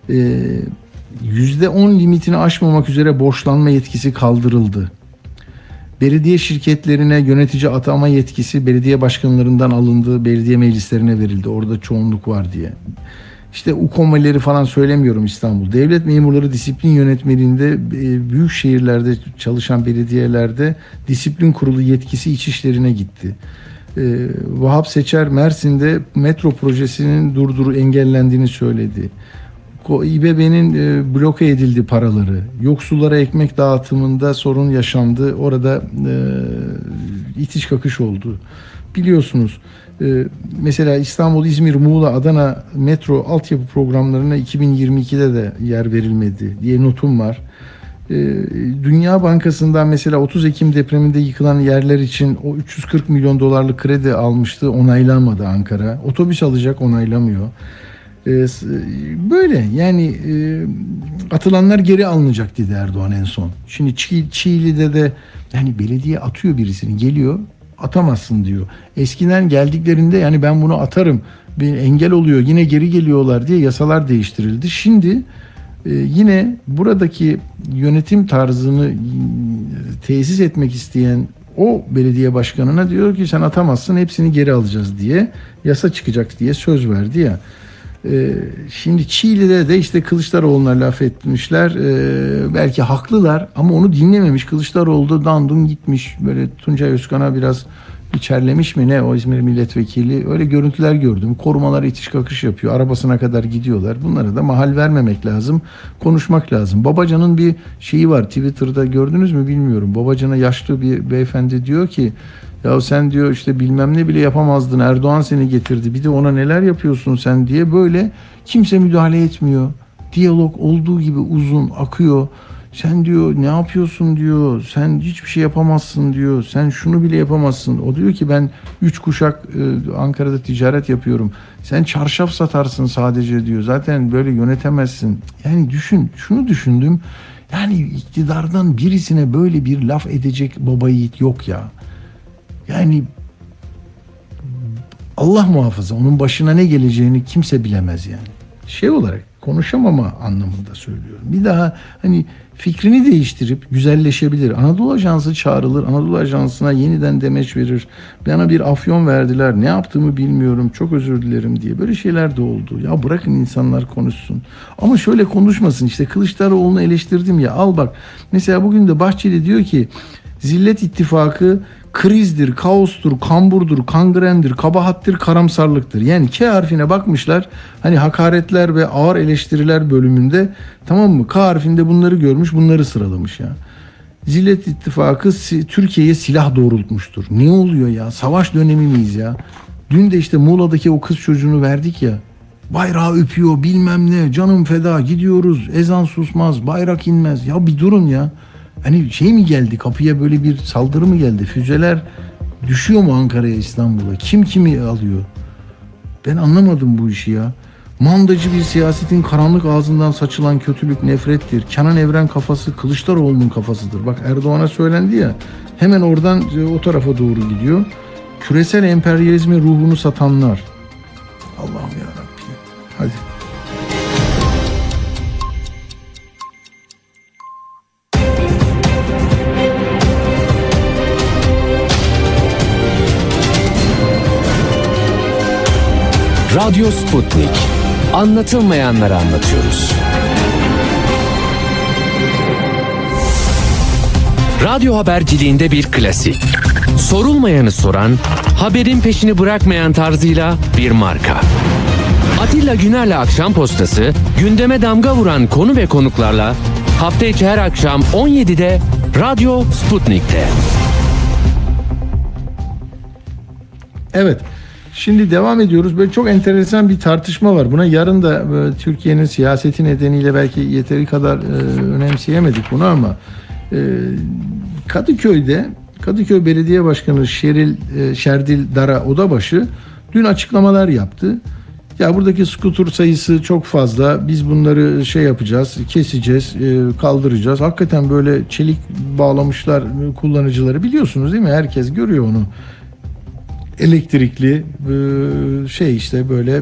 %10 limitini aşmamak üzere borçlanma yetkisi kaldırıldı. Belediye şirketlerine yönetici atama yetkisi belediye başkanlarından alındı, belediye meclislerine verildi. Orada çoğunluk var diye. İşte UKOME'leri falan söylemiyorum İstanbul. Devlet memurları disiplin yönetmeliğinde büyük şehirlerde çalışan belediyelerde disiplin kurulu yetkisi İçişleri'ne gitti. Vahap Seçer Mersin'de metro projesinin engellendiğini söyledi. İBB'nin bloke edildi paraları. Yoksullara ekmek dağıtımında sorun yaşandı. Orada itiş kakış oldu. Biliyorsunuz. Mesela İstanbul, İzmir, Muğla, Adana metro altyapı programlarına 2022'de de yer verilmedi diye notum var. Dünya Bankası'ndan mesela 30 Ekim depreminde yıkılan yerler için o 340 milyon dolarlık kredi almıştı. Onaylanmadı Ankara. Otobüs alacak, onaylamıyor. Böyle yani atılanlar geri alınacak dedi Erdoğan en son. Şimdi Çiğli'de de yani belediye atıyor birisini, geliyor, atamazsın diyor. Eskiden geldiklerinde yani ben bunu atarım, bir engel oluyor, yine geri geliyorlar diye yasalar değiştirildi. Şimdi yine buradaki yönetim tarzını tesis etmek isteyen o belediye başkanına diyor ki sen atamazsın, hepsini geri alacağız diye yasa çıkacak diye söz verdi ya. Şimdi Çiğli'de de işte Kılıçdaroğlu'na laf etmişler. Belki haklılar ama onu dinlememiş. Kılıçdaroğlu da dandum gitmiş. Böyle Tuncay Özkan'a biraz içerlemiş mi ne o İzmir milletvekili, öyle görüntüler gördüm. Korumalar itiş kakış yapıyor. Arabasına kadar gidiyorlar. Bunlara da mahal vermemek lazım. Konuşmak lazım. Babacan'ın bir şeyi var. Twitter'da gördünüz mü bilmiyorum. Babacan'a yaşlı bir beyefendi diyor ki ya sen diyor işte bilmem ne bile yapamazdın. Erdoğan seni getirdi. Bir de ona neler yapıyorsun sen diye, böyle kimse müdahale etmiyor. Diyalog olduğu gibi uzun akıyor. Sen diyor ne yapıyorsun diyor. Sen hiçbir şey yapamazsın diyor. Sen şunu bile yapamazsın. O diyor ki ben 3 kuşak Ankara'da ticaret yapıyorum. Sen çarşaf satarsın sadece diyor. Zaten böyle yönetemezsin. Yani düşün, şunu düşündüm. Yani iktidardan birisine böyle bir laf edecek baba yiğit yok ya. Yani Allah muhafaza, onun başına ne geleceğini kimse bilemez yani. Şey olarak konuşamama anlamında söylüyorum. Bir daha hani fikrini değiştirip güzelleşebilir. Anadolu Ajansı çağrılır. Anadolu Ajansı'na yeniden demeç verir. Bana bir afyon verdiler. Ne yaptığımı bilmiyorum. Çok özür dilerim diye. Böyle şeyler de oldu. Ya bırakın insanlar konuşsun. Ama şöyle konuşmasın. İşte Kılıçdaroğlu'nu eleştirdim ya. Al bak. Mesela bugün de Bahçeli diyor ki Zillet İttifakı krizdir, kaostur, kamburdur, kangrendir, kabahattir, karamsarlıktır. Yani K harfine bakmışlar. Hani hakaretler ve ağır eleştiriler bölümünde, tamam mı? K harfinde bunları görmüş, bunları sıralamış ya. Zillet İttifakı Türkiye'ye silah doğrultmuştur. Ne oluyor ya? Savaş dönemi miyiz ya? Dün de işte Muğla'daki o kız çocuğunu verdik ya. Bayrağı öpüyor, bilmem ne, canım feda, gidiyoruz, ezan susmaz, bayrak inmez. Ya bir durun ya. Hani şey mi geldi, kapıya böyle bir saldırı mı geldi? Füzeler düşüyor mu Ankara'ya, İstanbul'a? Kim kimi alıyor? Ben anlamadım bu işi ya. Mandacı bir siyasetin karanlık ağzından saçılan kötülük nefrettir. Kenan Evren kafası Kılıçdaroğlu'nun kafasıdır. Bak Erdoğan'a söylendi ya, hemen oradan o tarafa doğru gidiyor. Küresel emperyalizmin ruhunu satanlar. Allah'ım yarabbim. Hadi. Radyo Sputnik. Anlatılmayanları anlatıyoruz. Radyo haberciliğinde bir klasik. Sorulmayanı soran, haberin peşini bırakmayan tarzıyla bir marka. Atilla Güner'le Akşam Postası, gündeme damga vuran konu ve konuklarla hafta içi her akşam 17'de Radyo Sputnik'te. Evet. Şimdi devam ediyoruz. Böyle çok enteresan bir tartışma var. Buna yarın da Türkiye'nin siyaseti nedeniyle belki yeteri kadar önemseyemedik bunu ama Kadıköy Belediye Başkanı Şerdil Dara Odabaşı dün açıklamalar yaptı. Ya buradaki skuter sayısı çok fazla. Biz bunları şey yapacağız, keseceğiz, kaldıracağız. Hakikaten böyle çelik bağlamışlar kullanıcıları, biliyorsunuz değil mi? Herkes görüyor onu. Elektrikli şey işte böyle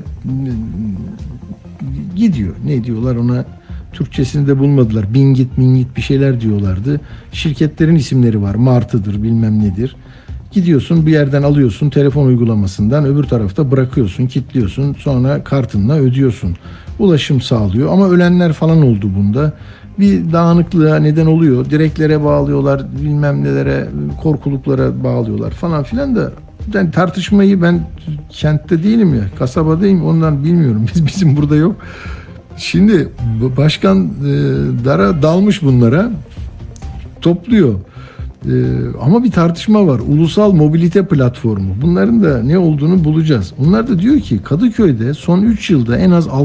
gidiyor. Ne diyorlar ona? Türkçesini de bulmadılar. Bingit bir şeyler diyorlardı. Şirketlerin isimleri var. Martı'dır bilmem nedir. Gidiyorsun bir yerden alıyorsun telefon uygulamasından, öbür tarafta bırakıyorsun, kilitliyorsun, sonra kartınla ödüyorsun. Ulaşım sağlıyor ama ölenler falan oldu bunda. Bir dağınıklığa neden oluyor. Direklere bağlıyorlar, bilmem nelere, korkuluklara bağlıyorlar falan filan da. Yani tartışmayı, ben kentte değilim ya, kasabadayım, ondan bilmiyorum. Bizim burada yok. Şimdi başkan Dara dalmış bunlara, topluyor. Ama bir tartışma var. Ulusal Mobilite Platformu. Bunların da ne olduğunu bulacağız. Onlar da diyor ki Kadıköy'de son 3 yılda en az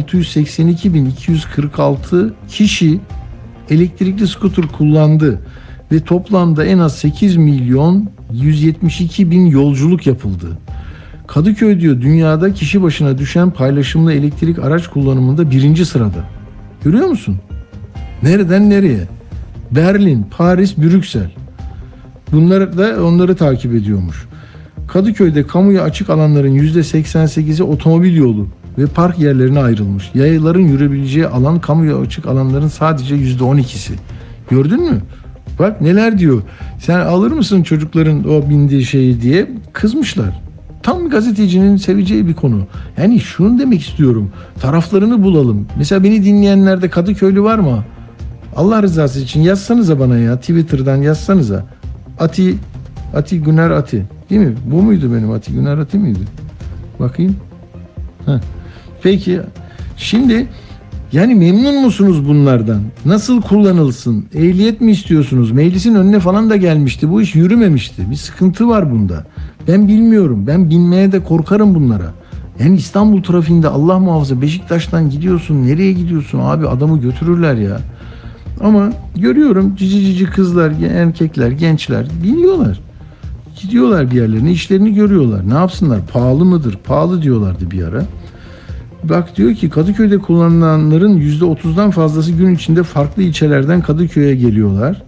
682.246 kişi elektrikli skuter kullandı. Ve toplamda en az 8.172.000 yolculuk yapıldı. Kadıköy diyor dünyada kişi başına düşen paylaşımlı elektrik araç kullanımında 1. sırada. Görüyor musun? Nereden nereye? Berlin, Paris, Brüksel. Bunlar da onları takip ediyormuş. Kadıköy'de kamuya açık alanların %88'i otomobil yolu ve park yerlerine ayrılmış. Yayaların yürüyebileceği alan kamuya açık alanların sadece %12'si. Gördün mü? Bak neler diyor. Sen alır mısın çocukların o bindiği şeyi diye kızmışlar. Tam gazetecinin seveceği bir konu. Yani şunu demek istiyorum. Taraflarını bulalım. Mesela beni dinleyenlerde Kadıköylü var mı? Allah rızası için yazsanıza bana ya. Twitter'dan yazsanıza. Ati Güner Ati. Değil mi? Bu muydu benim Ati Güner Ati miydi? Bakayım. Heh. Peki şimdi yani memnun musunuz bunlardan? Nasıl kullanılsın? Ehliyet mi istiyorsunuz? Meclisin önüne falan da gelmişti. Bu iş yürümemişti. Bir sıkıntı var bunda. Ben bilmiyorum. Ben binmeye de korkarım bunlara. Yani İstanbul trafiğinde Allah muhafaza Beşiktaş'tan gidiyorsun. Nereye gidiyorsun abi? Adamı götürürler ya. Ama görüyorum cici kızlar, erkekler, gençler biniyorlar. Gidiyorlar bir yerlerine, işlerini görüyorlar. Ne yapsınlar? Pahalı mıdır? Pahalı diyorlardı bir ara. Bak diyor ki Kadıköy'de kullanılanların %30'dan fazlası gün içinde farklı ilçelerden Kadıköy'e geliyorlar.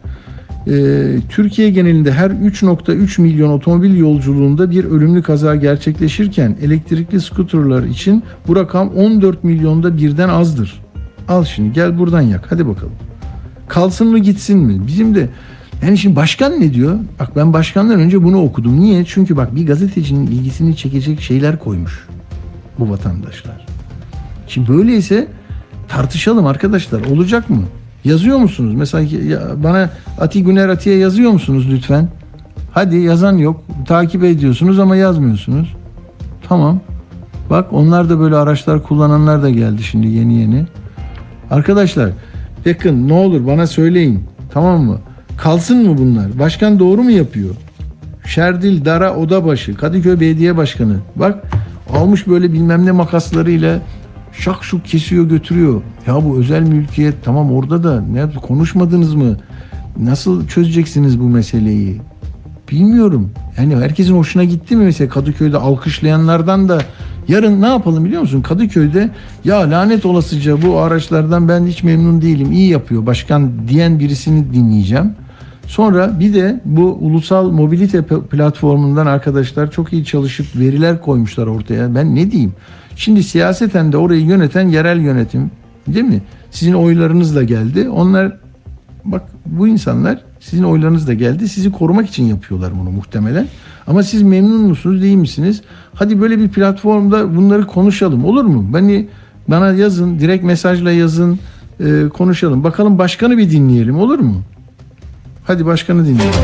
Türkiye genelinde her 3.3 milyon otomobil yolculuğunda bir ölümlü kaza gerçekleşirken elektrikli skuterlar için bu rakam 14 milyonda birden azdır. Al şimdi gel buradan yak hadi bakalım. Kalsın mı gitsin mi? Bizim de yani şimdi başkan ne diyor? Bak ben başkandan önce bunu okudum. Niye? Çünkü bak bir gazetecinin ilgisini çekecek şeyler koymuş bu vatandaşlar. Şimdi böyleyse tartışalım arkadaşlar. Olacak mı? Yazıyor musunuz? Mesela bana Ati Güner Ati'ye yazıyor musunuz lütfen? Hadi yazan yok. Takip ediyorsunuz ama yazmıyorsunuz. Tamam. Bak onlar da böyle araçlar kullananlar da geldi şimdi yeni. Arkadaşlar bakın ne olur bana söyleyin. Tamam mı? Kalsın mı bunlar? Başkan doğru mu yapıyor? Şerdil Dara Odabaşı Kadıköy Belediye Başkanı. Bak almış böyle bilmem ne makaslarıyla şak şuk kesiyor götürüyor. Ya bu özel mülkiyet tamam orada da ne konuşmadınız mı? Nasıl çözeceksiniz bu meseleyi? Bilmiyorum. Yani herkesin hoşuna gitti mi mesela Kadıköy'de alkışlayanlardan da yarın ne yapalım biliyor musun? Kadıköy'de ya lanet olasıca bu araçlardan ben hiç memnun değilim. İyi yapıyor başkan diyen birisini dinleyeceğim. Sonra bir de bu ulusal mobilite platformundan arkadaşlar çok iyi çalışıp veriler koymuşlar ortaya. Ben ne diyeyim? Şimdi siyaseten de orayı yöneten yerel yönetim değil mi? Sizin oylarınız da geldi. Onlar bak bu insanlar sizin oylarınız da geldi. Sizi korumak için yapıyorlar bunu muhtemelen. Ama siz memnun musunuz değil misiniz? Hadi böyle bir platformda bunları konuşalım olur mu? Bana yazın direkt mesajla yazın konuşalım. Bakalım başkanı bir dinleyelim olur mu? Hadi başkanı dinleyelim.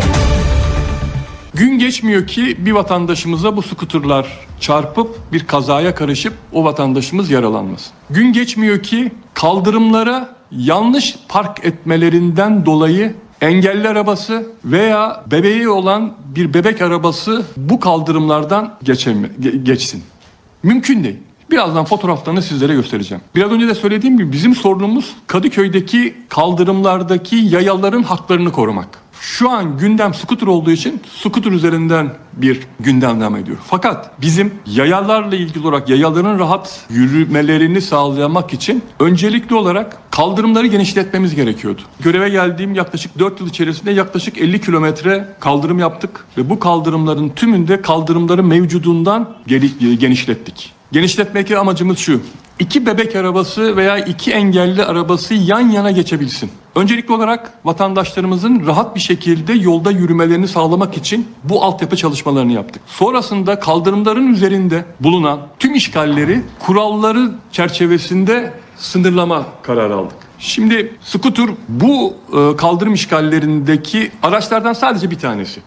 Gün geçmiyor ki bir vatandaşımıza bu skuterlar çarpıp bir kazaya karışıp o vatandaşımız yaralanmasın. Gün geçmiyor ki kaldırımlara yanlış park etmelerinden dolayı engelli arabası veya bebeği olan bir bebek arabası bu kaldırımlardan geçsin. Mümkün değil. Birazdan fotoğraflarını sizlere göstereceğim. Biraz önce de söylediğim gibi bizim sorunumuz Kadıköy'deki kaldırımlardaki yayaların haklarını korumak. Şu an gündem skuter olduğu için skuter üzerinden bir gündem devam ediyor. Fakat bizim yayalarla ilgili olarak yayaların rahat yürümelerini sağlamak için öncelikli olarak kaldırımları genişletmemiz gerekiyordu. Göreve geldiğim yaklaşık 4 yıl içerisinde yaklaşık 50 kilometre kaldırım yaptık ve bu kaldırımların tümünde kaldırımların mevcudundan genişlettik. Genişletmek amacımız şu: 2 bebek arabası veya 2 engelli arabası yan yana geçebilsin. Öncelikli olarak vatandaşlarımızın rahat bir şekilde yolda yürümelerini sağlamak için bu altyapı çalışmalarını yaptık. Sonrasında kaldırımların üzerinde bulunan tüm işgalleri kuralları çerçevesinde sınırlama kararı aldık. Şimdi skuter bu kaldırım işgallerindeki araçlardan sadece bir tanesi.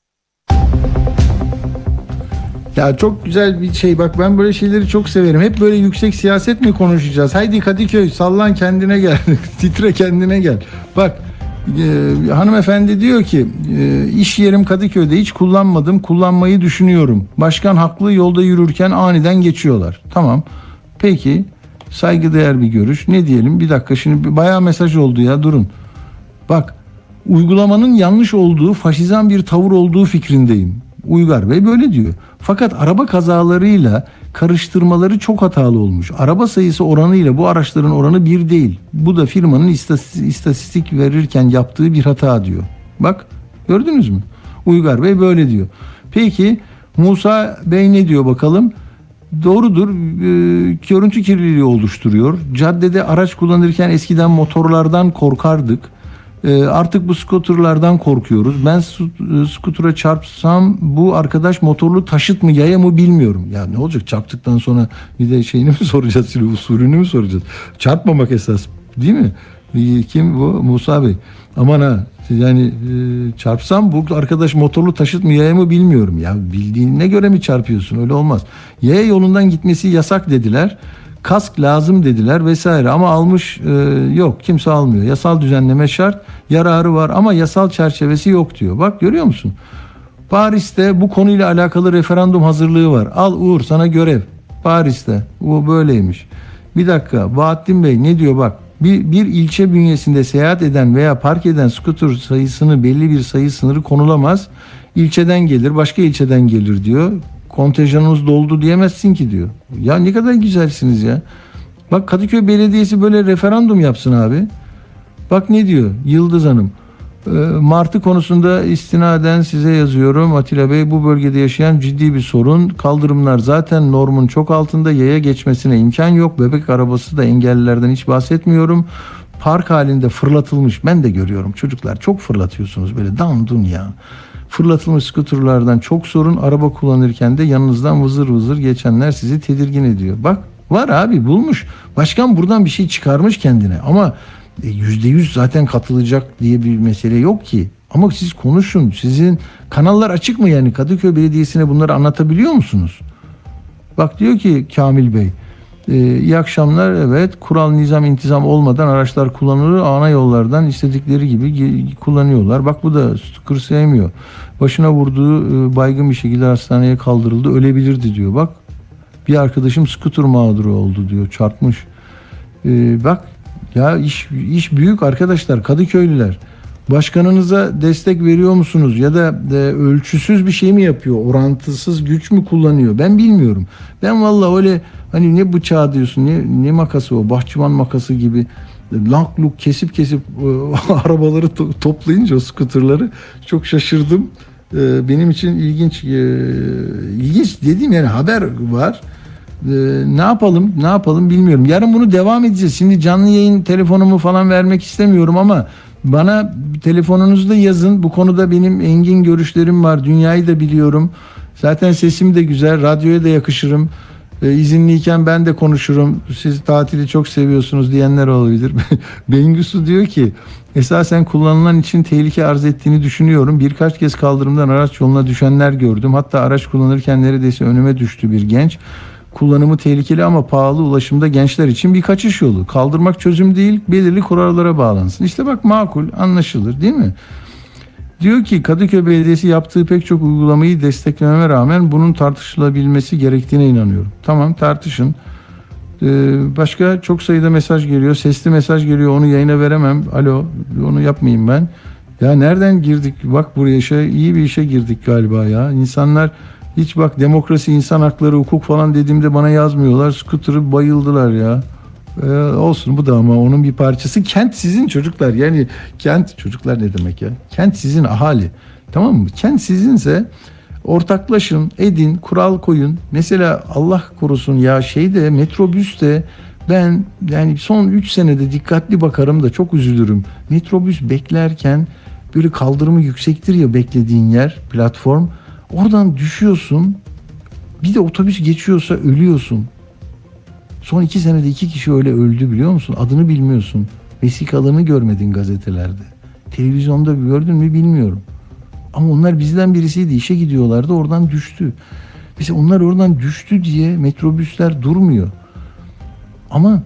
Ya çok güzel bir şey. Bak ben böyle şeyleri çok severim. Hep böyle yüksek siyaset mi konuşacağız? Haydi Kadıköy sallan kendine gel. Titre kendine gel. Bak hanımefendi diyor ki iş yerim Kadıköy'de hiç kullanmadım. Kullanmayı düşünüyorum. Başkan haklı, yolda yürürken aniden geçiyorlar. Tamam. Peki saygıdeğer bir görüş. Ne diyelim? Bir dakika şimdi bayağı mesaj oldu ya durun. Bak uygulamanın yanlış olduğu, faşizan bir tavır olduğu fikrindeyim. Uygar Bey böyle diyor. Fakat araba kazalarıyla karıştırmaları çok hatalı olmuş. Araba sayısı oranıyla bu araçların oranı bir değil. Bu da firmanın istatistik verirken yaptığı bir hata diyor. Bak gördünüz mü? Uygar Bey böyle diyor. Peki Musa Bey ne diyor bakalım? Doğrudur. Görüntü kirliliği oluşturuyor. Caddede araç kullanırken eskiden motorlardan korkardık. Artık bu skuterlardan korkuyoruz. Ben skutura çarpsam bu arkadaş motorlu taşıt mı yaya mı bilmiyorum. Ya ne olacak çarptıktan sonra bir de şeyini mi soracağız? Usulünü mü soracağız? Çarpmamak esas değil mi? Kim bu? Musa Bey. Aman ha Yani çarpsam bu arkadaş motorlu taşıt mı yaya mı bilmiyorum. Ya bildiğine göre mi çarpıyorsun? Öyle olmaz. Yaya yolundan gitmesi yasak dediler. Kask lazım dediler vesaire ama almış yok, kimse almıyor. Yasal düzenleme şart, yararı var ama yasal çerçevesi yok diyor. Bak görüyor musun? Paris'te bu konuyla alakalı referandum hazırlığı var. Al Uğur, sana görev. Paris'te bu böyleymiş. Bir dakika, Bahattin Bey ne diyor bak. Bir ilçe bünyesinde seyahat eden veya park eden skuter sayısını belli bir sayı sınırı konulamaz. İlçeden gelir, başka ilçeden gelir diyor. Kontenjanınız doldu diyemezsin ki diyor. Ya ne kadar güzelsiniz ya. Bak Kadıköy Belediyesi böyle referandum yapsın abi. Bak ne diyor Yıldız Hanım. Martı konusunda istinaden size yazıyorum Atilla Bey, bu bölgede yaşayan ciddi bir sorun. Kaldırımlar zaten normun çok altında, yaya geçmesine imkan yok. Bebek arabası da, engellilerden hiç bahsetmiyorum. Park halinde fırlatılmış, ben de görüyorum çocuklar çok fırlatıyorsunuz böyle dandun ya. Fırlatılmış skuterlardan çok sorun, araba kullanırken de yanınızdan vızır vızır geçenler sizi tedirgin ediyor. Bak var abi, bulmuş. Başkan buradan bir şey çıkarmış kendine ama %100 zaten katılacak diye bir mesele yok ki. Ama siz konuşun. Sizin kanallar açık mı yani? Kadıköy Belediyesi'ne bunları anlatabiliyor musunuz? Bak diyor ki Kamil Bey, iyi akşamlar, evet, kural, nizam, intizam olmadan araçlar kullanılır. Ana yollardan istedikleri gibi kullanıyorlar. Bak bu da skuter sevmiyor. Başına vurduğu baygın bir şekilde hastaneye kaldırıldı. Ölebilirdi diyor. Bak bir arkadaşım skuter mağduru oldu diyor. Çarpmış. Bak ya iş büyük arkadaşlar, Kadıköylüler. Başkanınıza destek veriyor musunuz ya da ölçüsüz bir şey mi yapıyor? Orantısız güç mü kullanıyor? Ben bilmiyorum. Ben vallahi öyle hani ne bıçağı diyorsun, ne makası o, bahçıvan makası gibi lank luk kesip arabaları toplayınca o skuterları çok şaşırdım. Benim için ilginç dediğim yani haber var. Ne yapalım bilmiyorum. Yarın bunu devam edeceğiz. Şimdi canlı yayın telefonumu falan vermek istemiyorum ama bana telefonunuzu da yazın. Bu konuda benim engin görüşlerim var. Dünyayı da biliyorum. Zaten sesim de güzel. Radyoya da yakışırım. İzinliyken ben de konuşurum. Siz tatili çok seviyorsunuz diyenler olabilir. Bengüsü diyor ki esasen kullanılan için tehlike arz ettiğini düşünüyorum. Birkaç kez kaldırımdan araç yoluna düşenler gördüm. Hatta araç kullanırken neredeyse önüme düştü bir genç. Kullanımı tehlikeli ama pahalı, ulaşımda gençler için bir kaçış yolu. Kaldırmak çözüm değil, belirli kurallara bağlansın. İşte bak makul, anlaşılır değil mi? Diyor ki Kadıköy Belediyesi yaptığı pek çok uygulamayı desteklememe rağmen bunun tartışılabilmesi gerektiğine inanıyorum. Tamam, tartışın. Başka çok sayıda mesaj geliyor. Sesli mesaj geliyor, onu yayına veremem. Alo, onu yapmayayım ben. Ya nereden girdik? Bak buraya iyi bir işe girdik galiba ya. İnsanlar hiç bak demokrasi, insan hakları, hukuk falan dediğimde bana yazmıyorlar. Scooter'ı bayıldılar ya. Olsun bu da ama onun bir parçası. Kent sizin çocuklar. Yani kent, çocuklar ne demek ya? Kent sizin, ahali. Tamam mı? Kent sizinse ortaklaşın, edin, kural koyun. Mesela Allah korusun ya metrobüste ben yani son 3 senede dikkatli bakarım da çok üzülürüm. Metrobüs beklerken böyle kaldırımı yüksektir ya beklediğin yer, platform. Oradan düşüyorsun. Bir de otobüs geçiyorsa ölüyorsun. Son 2 senede 2 kişi öyle öldü biliyor musun? Adını bilmiyorsun. Vesikalarını görmedin gazetelerde. Televizyonda gördün mü bilmiyorum. Ama onlar bizden birisiydi. İşe gidiyorlardı, oradan düştü. Mesela onlar oradan düştü diye metrobüsler durmuyor. Ama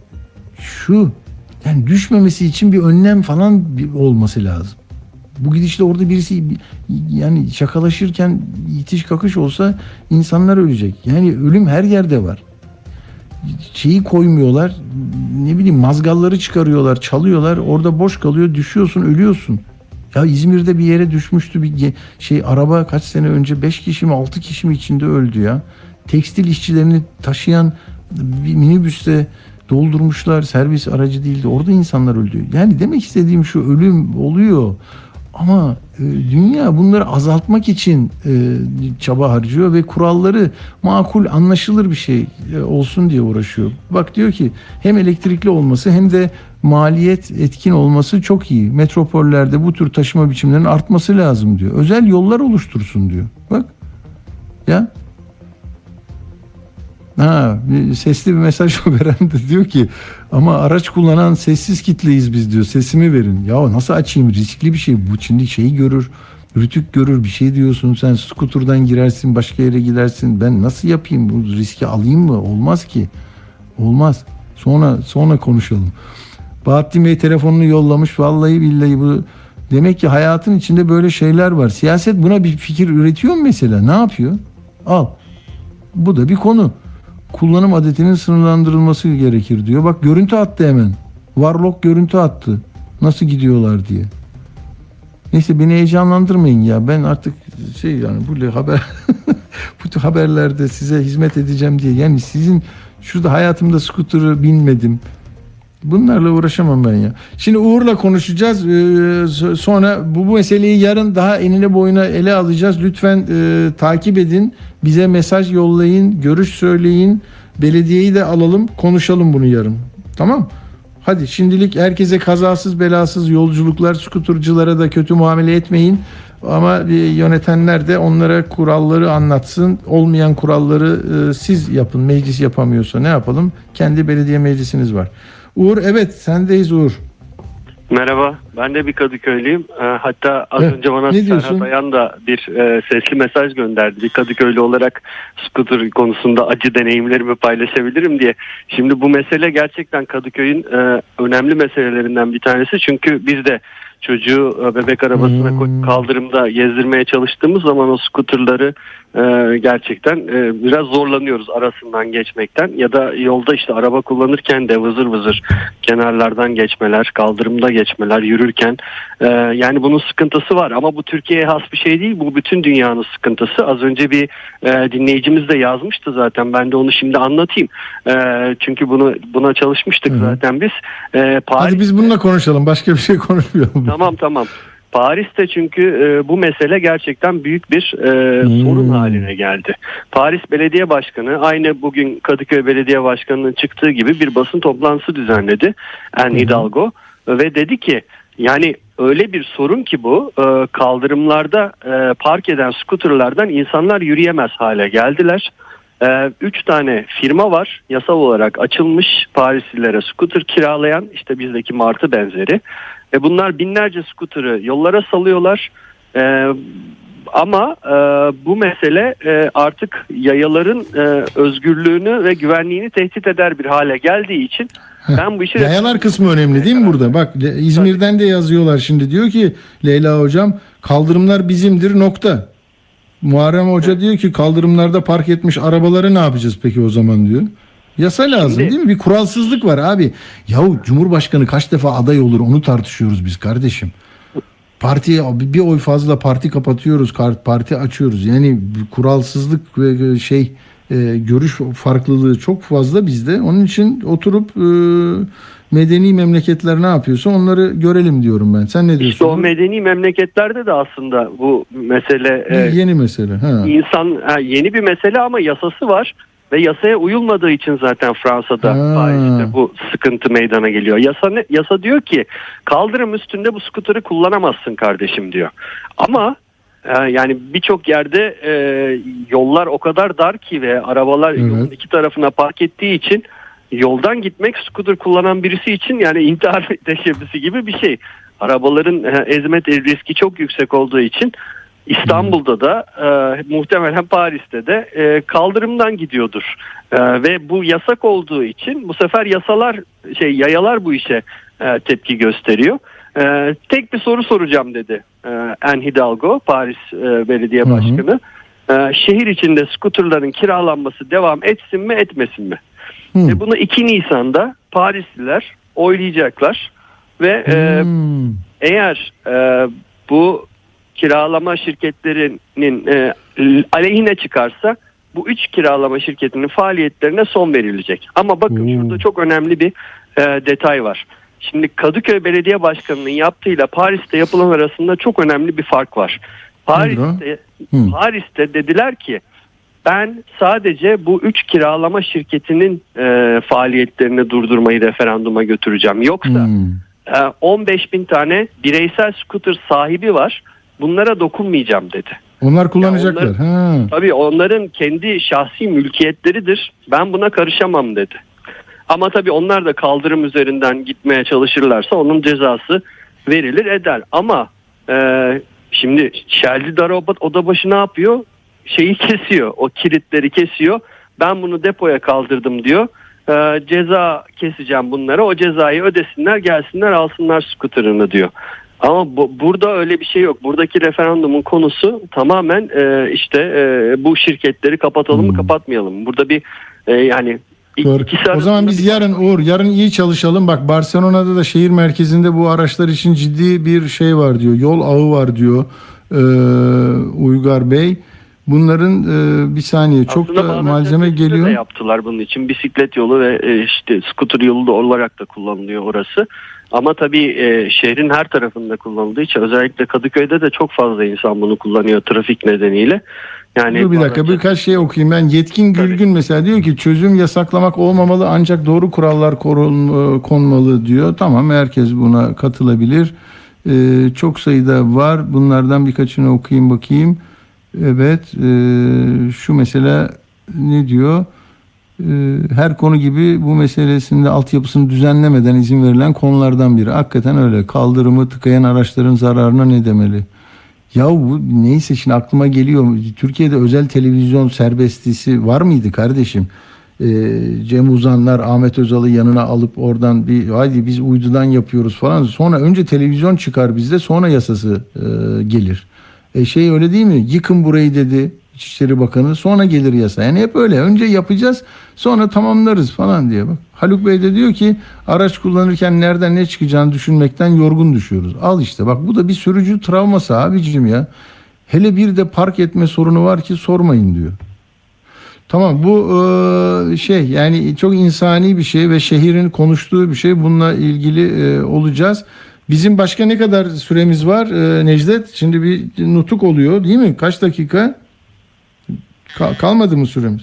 yani düşmemesi için bir önlem falan olması lazım. Bu gidişle orada birisi yani şakalaşırken itiş kakış olsa insanlar ölecek. Yani ölüm her yerde var. Koymuyorlar. Ne bileyim mazgalları çıkarıyorlar, çalıyorlar. Orada boş kalıyor, düşüyorsun, ölüyorsun. Ya İzmir'de bir yere düşmüştü bir araba kaç sene önce 5 kişi mi 6 kişi mi içinde öldü ya. Tekstil işçilerini taşıyan bir minibüste doldurmuşlar. Servis aracı değildi. Orada insanlar öldü. Yani demek istediğim şu, ölüm oluyor. Ama dünya bunları azaltmak için çaba harcıyor ve kuralları makul, anlaşılır bir şey olsun diye uğraşıyor. Bak diyor ki hem elektrikli olması hem de maliyet etkin olması çok iyi. Metropollerde bu tür taşıma biçimlerinin artması lazım diyor. Özel yollar oluştursun diyor. Bak ya. Sesli bir mesaj veren de diyor ki ama araç kullanan sessiz kitleyiz biz diyor. Sesimi verin. Ya nasıl açayım? Riskli bir şey. Bu şimdi şeyi görür. Rütük görür. Bir şey diyorsun. Sen skuturdan girersin. Başka yere gidersin. Ben nasıl yapayım? Bu riski alayım mı? Olmaz ki. Olmaz. Sonra konuşalım. Bahattin Bey telefonunu yollamış. Vallahi billahi bu demek ki hayatın içinde böyle şeyler var. Siyaset buna bir fikir üretiyor mu mesela? Ne yapıyor? Al. Bu da bir konu. Kullanım adetinin sınırlandırılması gerekir diyor. Bak görüntü attı hemen. Warlock görüntü attı. Nasıl gidiyorlar diye. Neyse beni heyecanlandırmayın ya. Ben artık yani bu haber bu tür haberlerde size hizmet edeceğim diye. Yani sizin şurada hayatımda skuter'ı binmedim. Bunlarla uğraşamam ben ya. Şimdi Uğur'la konuşacağız. Sonra bu meseleyi yarın daha enine boyuna ele alacağız. Lütfen takip edin. Bize mesaj yollayın. Görüş söyleyin. Belediyeyi de alalım. Konuşalım bunu yarın. Tamam. Hadi şimdilik herkese kazasız belasız yolculuklar. Skuturculara da kötü muamele etmeyin. Ama yönetenler de onlara kuralları anlatsın. Olmayan kuralları siz yapın. Meclis yapamıyorsa ne yapalım? Kendi belediye meclisiniz var. Uğur, evet sendeyiz Uğur. Merhaba, ben de bir Kadıköylüyüm. Hatta az önce bana Serhat Ayan da bir sesli mesaj gönderdi. Bir Kadıköylü olarak scooter konusunda acı deneyimlerimi paylaşabilirim diye. Şimdi bu mesele gerçekten Kadıköy'ün önemli meselelerinden bir tanesi. Çünkü biz de çocuğu bebek arabasına kaldırımda gezdirmeye çalıştığımız zaman o skuterları gerçekten biraz zorlanıyoruz arasından geçmekten. Ya da yolda işte araba kullanırken de vızır vızır kenarlardan geçmeler, kaldırımda geçmeler, yürürken yani bunun sıkıntısı var. Ama bu Türkiye'ye has bir şey değil. Bu bütün dünyanın sıkıntısı. Az önce bir dinleyicimiz de yazmıştı zaten. Ben de onu şimdi anlatayım. Çünkü buna çalışmıştık zaten biz. Hadi biz bununla konuşalım. Başka bir şey konuşmayalım. Tamam. Paris'te çünkü bu mesele gerçekten büyük bir sorun haline geldi. Paris Belediye Başkanı aynı bugün Kadıköy Belediye Başkanı'nın çıktığı gibi bir basın toplantısı düzenledi. Anne Hidalgo ve dedi ki yani öyle bir sorun ki bu kaldırımlarda park eden skuterlardan insanlar yürüyemez hale geldiler. 3 tane firma var yasal olarak açılmış Parislilere skuter kiralayan, işte bizdeki martı benzeri. Bunlar binlerce skuterı yollara salıyorlar. Ama bu mesele artık yayaların özgürlüğünü ve güvenliğini tehdit eder bir hale geldiği için ben bu işi... Yayalar kısmı önemli değil mi burada? Bak İzmir'den de yazıyorlar şimdi, diyor ki Leyla hocam kaldırımlar bizimdir nokta. Muharrem Hoca diyor ki kaldırımlarda park etmiş arabaları ne yapacağız peki o zaman diyor. Yasa lazım değil mi? Bir kuralsızlık var abi. Yahu Cumhurbaşkanı kaç defa aday olur onu tartışıyoruz biz kardeşim. Partiye bir oy fazla parti kapatıyoruz, parti açıyoruz. Yani kuralsızlık ve görüş farklılığı çok fazla bizde. Onun için oturup medeni memleketler ne yapıyorsa onları görelim diyorum ben. Sen ne diyorsun? İşte o medeni memleketlerde de aslında bu mesele yeni mesele. Yeni bir mesele ama yasası var. Ve yasaya uyulmadığı için zaten Fransa'da, Paris'te bu sıkıntı meydana geliyor. Yasa diyor ki kaldırım üstünde bu skuterı kullanamazsın kardeşim diyor. Ama yani birçok yerde yollar o kadar dar ki ve arabalar yolun iki tarafına park ettiği için yoldan gitmek skuter kullanan birisi için yani intihar teşebbüsü gibi bir şey. Arabaların ezme riski çok yüksek olduğu için İstanbul'da da muhtemelen Paris'te de kaldırımdan gidiyordur. Ve bu yasak olduğu için bu sefer yayalar bu işe tepki gösteriyor. Tek bir soru soracağım dedi Anne Hidalgo, Paris Belediye Başkanı. Şehir içinde skuterların kiralanması devam etsin mi etmesin mi? Ve bunu 2 Nisan'da Parisliler oylayacaklar ve eğer bu kiralama şirketlerinin aleyhine çıkarsa bu 3 kiralama şirketinin faaliyetlerine son verilecek. Ama bakın şurada çok önemli bir detay var. Şimdi Kadıköy Belediye Başkanı'nın yaptığıyla Paris'te yapılan arasında çok önemli bir fark var. Paris'te dediler ki ben sadece bu 3 kiralama şirketinin faaliyetlerini durdurmayı referanduma götüreceğim. Yoksa 15.000 tane bireysel scooter sahibi var. Bunlara dokunmayacağım dedi. Onlar kullanacaklar. Tabii onların kendi şahsi mülkiyetleridir. Ben buna karışamam dedi. Ama tabii onlar da kaldırım üzerinden gitmeye çalışırlarsa onun cezası verilir eder. Ama şimdi Şeldidar Odabaşı ne yapıyor? Şeyi kesiyor. O kilitleri kesiyor. Ben bunu depoya kaldırdım diyor. Ceza keseceğim bunlara. O cezayı ödesinler, gelsinler alsınlar skuterını diyor. Ama burada öyle bir şey yok. Buradaki referandumun konusu tamamen bu şirketleri kapatalım mı kapatmayalım mı? Burada bir yani o zaman biz yarın iyi çalışalım. Bak Barcelona'da da şehir merkezinde bu araçlar için ciddi bir şey var diyor. Yol ağı var diyor Uygar Bey. Bunların bir saniye çok aslında da malzeme geliyor. De yaptılar bunun için. Bisiklet yolu ve scooter yolu da olarak da kullanılıyor orası. Ama tabii şehrin her tarafında kullanıldığı için özellikle Kadıköy'de de çok fazla insan bunu kullanıyor trafik nedeniyle. Yani dur bir dakika birkaç şey okuyayım. Ben Yetkin Gülgün mesela diyor ki çözüm yasaklamak olmamalı ancak doğru kurallar konmalı diyor. Tamam, herkes buna katılabilir. Çok sayıda var. Bunlardan birkaçını okuyayım bakayım. Evet, şu mesela ne diyor? Her konu gibi bu meselesinde altyapısını düzenlemeden izin verilen konulardan biri. Hakikaten öyle. Kaldırımı tıkayan araçların zararına ne demeli? Ya bu neyse, şimdi aklıma geliyor. Türkiye'de özel televizyon serbestisi var mıydı kardeşim? Cem Uzanlar Ahmet Özal'ı yanına alıp oradan haydi biz uydudan yapıyoruz falan. Sonra önce televizyon çıkar bizde, sonra yasası gelir. Öyle değil mi? Yıkın burayı dedi İçişleri Bakanı, sonra gelir yasa. Yani hep öyle. Önce yapacağız, sonra tamamlarız falan diye. Bak Haluk Bey de diyor ki araç kullanırken nereden ne çıkacağını düşünmekten yorgun düşüyoruz. Al işte bak, bu da bir sürücü travması abicim ya. Hele bir de park etme sorunu var ki sormayın diyor. Tamam, bu yani çok insani bir şey ve şehrin konuştuğu bir şey. Bununla ilgili olacağız. Bizim başka ne kadar süremiz var Necdet? Şimdi bir nutuk oluyor değil mi? Kaç dakika? Kalmadı mı süremiz?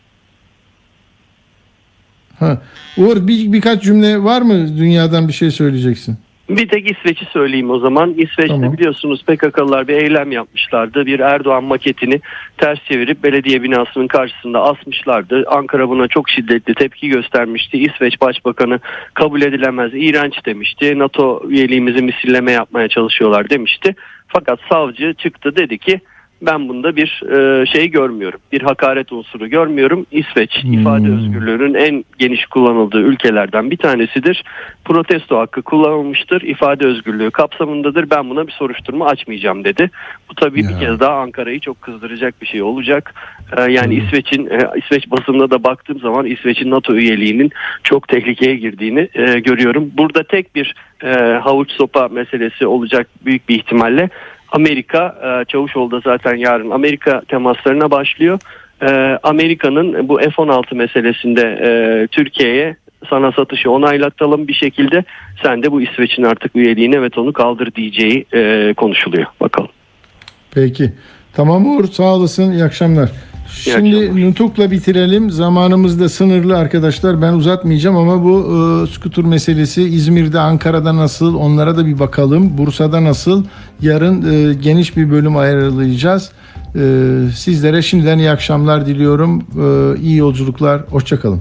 Uğur birkaç cümle var mı, dünyadan bir şey söyleyeceksin? Bir tek İsveç'i söyleyeyim o zaman. İsveç'te tamam, biliyorsunuz PKK'lılar bir eylem yapmışlardı. Bir Erdoğan maketini ters çevirip belediye binasının karşısında asmışlardı. Ankara buna çok şiddetli tepki göstermişti. İsveç Başbakanı kabul edilemez, iğrenç demişti. NATO üyeliğimizi misilleme yapmaya çalışıyorlar demişti. Fakat savcı çıktı, dedi ki ben bunda bir şey görmüyorum. Bir hakaret unsuru görmüyorum. İsveç ifade özgürlüğünün en geniş kullanıldığı ülkelerden bir tanesidir. Protesto hakkı kullanılmıştır. İfade özgürlüğü kapsamındadır. Ben buna bir soruşturma açmayacağım dedi. Bu tabii bir kez daha Ankara'yı çok kızdıracak bir şey olacak. Yani İsveç basınına da baktığım zaman İsveç'in NATO üyeliğinin çok tehlikeye girdiğini görüyorum. Burada tek bir havuç sopa meselesi olacak büyük bir ihtimalle. Amerika, Çavuşoğlu da zaten yarın Amerika temaslarına başlıyor. Amerika'nın bu F-16 meselesinde Türkiye'ye sana satışı onaylatalım bir şekilde, sen de bu İsveç'in artık üyeliğini evet onu kaldır diyeceği konuşuluyor. Bakalım. Peki. Tamam Uğur, sağ olasın. İyi akşamlar. Şimdi nutukla bitirelim. Zamanımız da sınırlı arkadaşlar. Ben uzatmayacağım ama bu skuter meselesi İzmir'de, Ankara'da nasıl? Onlara da bir bakalım. Bursa'da nasıl? Yarın geniş bir bölüm ayarlayacağız. Sizlere şimdiden iyi akşamlar diliyorum. İyi yolculuklar. Hoşça kalın.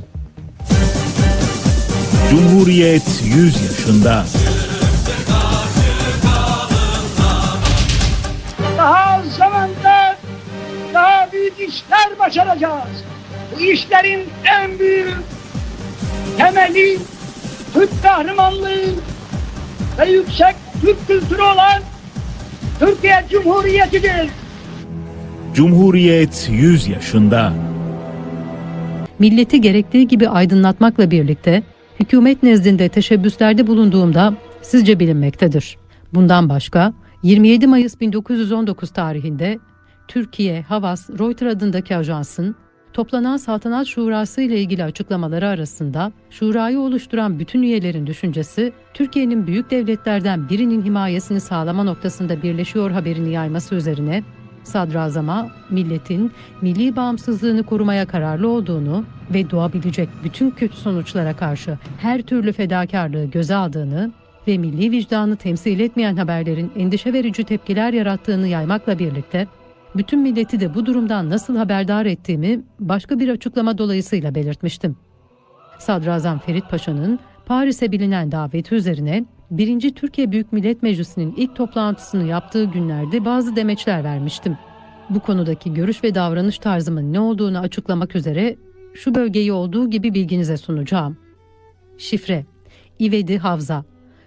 Cumhuriyet 100 yaşında. Daha zamanda daha büyük işler başaracağız. Bu işlerin en büyük temeli Türk kahramanlığı ve yüksek Türk kültürü olan Türkiye Cumhuriyeti'dir. Cumhuriyet 100 yaşında. Milleti gerektiği gibi aydınlatmakla birlikte hükümet nezdinde teşebbüslerde bulunduğumda sizce bilinmektedir. Bundan başka 27 Mayıs 1919 tarihinde Türkiye Havas Reuters adındaki ajansın toplanan Saltanat Şurası ile ilgili açıklamaları arasında şurayı oluşturan bütün üyelerin düşüncesi Türkiye'nin büyük devletlerden birinin himayesini sağlama noktasında birleşiyor haberini yayması üzerine Sadrazama milletin milli bağımsızlığını korumaya kararlı olduğunu ve doğabilecek bütün kötü sonuçlara karşı her türlü fedakarlığı göze aldığını ve milli vicdanı temsil etmeyen haberlerin endişe verici tepkiler yarattığını yaymakla birlikte Bütün milleti de bu durumdan nasıl haberdar ettiğimi başka bir açıklama dolayısıyla belirtmiştim. Sadrazam Ferit Paşa'nın Paris'e bilinen daveti üzerine 1. Türkiye Büyük Millet Meclisi'nin ilk toplantısını yaptığı günlerde bazı demeçler vermiştim. Bu konudaki görüş ve davranış tarzımın ne olduğunu açıklamak üzere şu bölgeyi olduğu gibi bilginize sunacağım. Şifre: İvedi Havza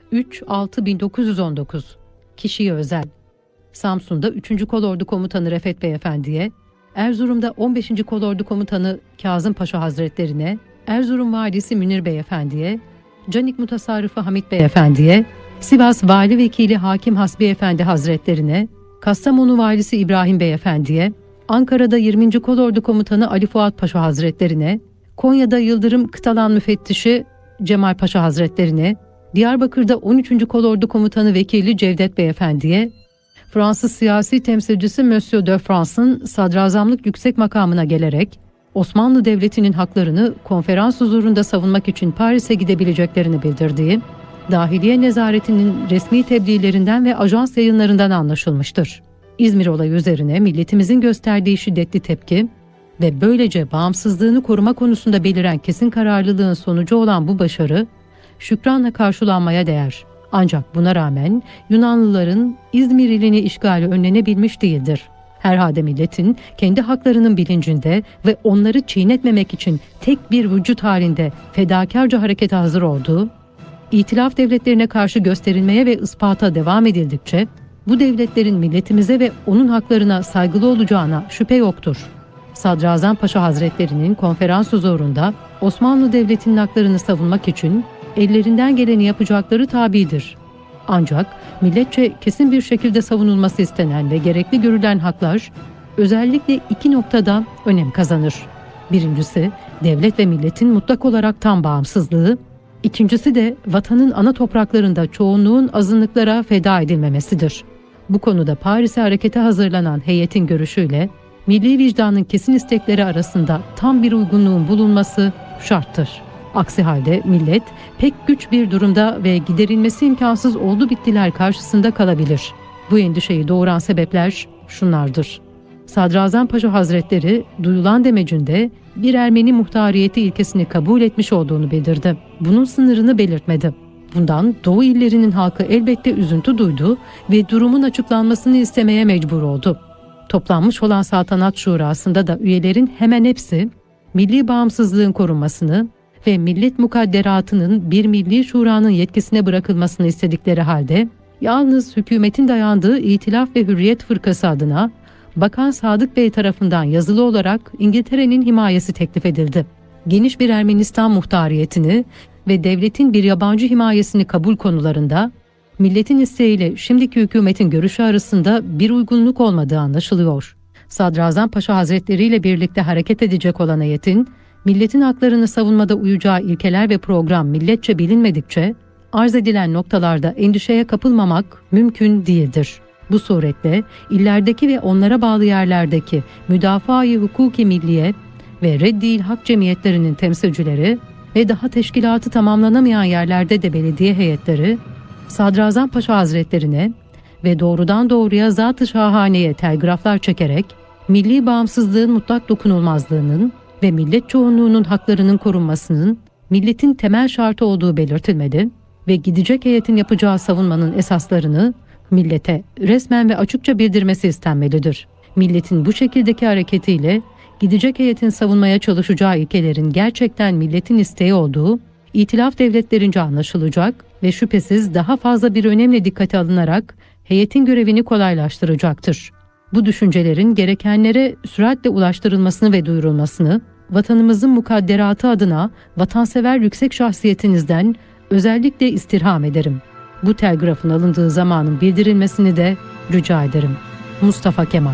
3-6-1919. Kişiye özel. Samsun'da 3. Kolordu Komutanı Refet Beyefendi'ye, Erzurum'da 15. Kolordu Komutanı Kazım Paşa Hazretlerine, Erzurum Valisi Münir Beyefendi'ye, Canik Mutasarrıfı Hamit Beyefendi'ye, Sivas Vali Vekili Hakim Hasbi Efendi Hazretlerine, Kastamonu Valisi İbrahim Beyefendi'ye, Ankara'da 20. Kolordu Komutanı Ali Fuat Paşa Hazretlerine, Konya'da Yıldırım Kıtalan Müfettişi Cemal Paşa Hazretlerine, Diyarbakır'da 13. Kolordu Komutanı Vekili Cevdet Beyefendi'ye, Fransız siyasi temsilcisi Monsieur de France'ın sadrazamlık yüksek makamına gelerek Osmanlı Devleti'nin haklarını konferans huzurunda savunmak için Paris'e gidebileceklerini bildirdiği, Dahiliye Nezareti'nin resmi tebliğlerinden ve ajans yayınlarından anlaşılmıştır. İzmir olayı üzerine milletimizin gösterdiği şiddetli tepki ve böylece bağımsızlığını koruma konusunda beliren kesin kararlılığın sonucu olan bu başarı şükranla karşılanmaya değer. Ancak buna rağmen Yunanlıların İzmir ilini işgali önlenebilmiş değildir. Herhalde milletin kendi haklarının bilincinde ve onları çiğnetmemek için tek bir vücut halinde fedakarca harekete hazır olduğu, İtilaf devletlerine karşı gösterilmeye ve ispata devam edildikçe bu devletlerin milletimize ve onun haklarına saygılı olacağına şüphe yoktur. Sadrazam Paşa Hazretleri'nin konferans huzurunda Osmanlı Devleti'nin haklarını savunmak için ellerinden geleni yapacakları tabidir. Ancak milletçe kesin bir şekilde savunulması istenen ve gerekli görülen haklar özellikle iki noktada önem kazanır. Birincisi, devlet ve milletin mutlak olarak tam bağımsızlığı, ikincisi de vatanın ana topraklarında çoğunluğun azınlıklara feda edilmemesidir. Bu konuda Paris'e harekete hazırlanan heyetin görüşüyle milli vicdanın kesin istekleri arasında tam bir uygunluğun bulunması şarttır. Aksi halde millet pek güç bir durumda ve giderilmesi imkansız oldu bittiler karşısında kalabilir. Bu endişeyi doğuran sebepler şunlardır. Sadrazam Paşa Hazretleri duyulan demecinde bir Ermeni muhtariyeti ilkesini kabul etmiş olduğunu bildirdi. Bunun sınırını belirtmedi. Bundan Doğu illerinin halkı elbette üzüntü duydu ve durumun açıklanmasını istemeye mecbur oldu. Toplanmış olan Saltanat Şurası'nda da üyelerin hemen hepsi milli bağımsızlığın korunmasını ve millet mukadderatının bir milli şuranın yetkisine bırakılmasını istedikleri halde yalnız hükümetin dayandığı İtilaf ve Hürriyet Fırkası adına Bakan Sadık Bey tarafından yazılı olarak İngiltere'nin himayesi teklif edildi. Geniş bir Ermenistan muhtariyetini ve devletin bir yabancı himayesini kabul konularında milletin isteğiyle şimdiki hükümetin görüşü arasında bir uygunluk olmadığı anlaşılıyor. Sadrazam Paşa Hazretleri ile birlikte hareket edecek olan heyetin milletin haklarını savunmada uyacağı ilkeler ve program milletçe bilinmedikçe arz edilen noktalarda endişeye kapılmamak mümkün değildir. Bu suretle illerdeki ve onlara bağlı yerlerdeki müdafaa-i hukuki milliye ve reddi-i hak cemiyetlerinin temsilcileri ve daha teşkilatı tamamlanamayan yerlerde de belediye heyetleri Sadrazam Paşa Hazretlerine ve doğrudan doğruya Zat-ı Şahane'ye telgraflar çekerek milli bağımsızlığın mutlak dokunulmazlığının ve millet çoğunluğunun haklarının korunmasının milletin temel şartı olduğu belirtilmedi ve gidecek heyetin yapacağı savunmanın esaslarını millete resmen ve açıkça bildirmesi istenmelidir. Milletin bu şekildeki hareketiyle gidecek heyetin savunmaya çalışacağı ilkelerin gerçekten milletin isteği olduğu İtilaf devletlerince anlaşılacak ve şüphesiz daha fazla bir önemle dikkate alınarak heyetin görevini kolaylaştıracaktır. Bu düşüncelerin gerekenlere süratle ulaştırılmasını ve duyurulmasını vatanımızın mukadderatı adına vatansever yüksek şahsiyetinizden özellikle istirham ederim. Bu telgrafın alındığı zamanın bildirilmesini de rica ederim. Mustafa Kemal.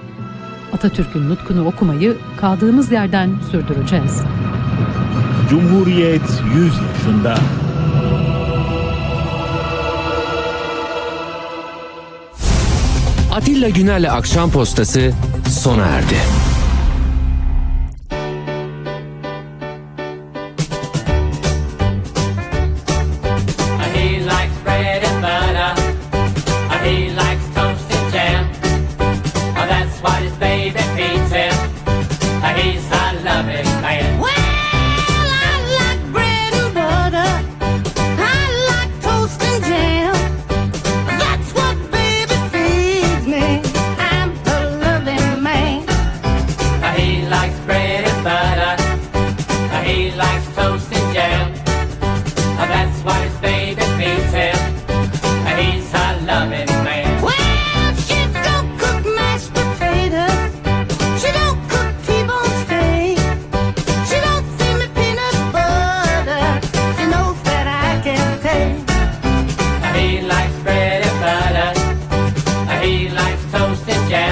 Atatürk'ün nutkunu okumayı kaldığımız yerden sürdüreceğiz. Cumhuriyet 100 yaşında. Atilla Güner'le Akşam Postası sona erdi. He likes toast and jam. That's why He's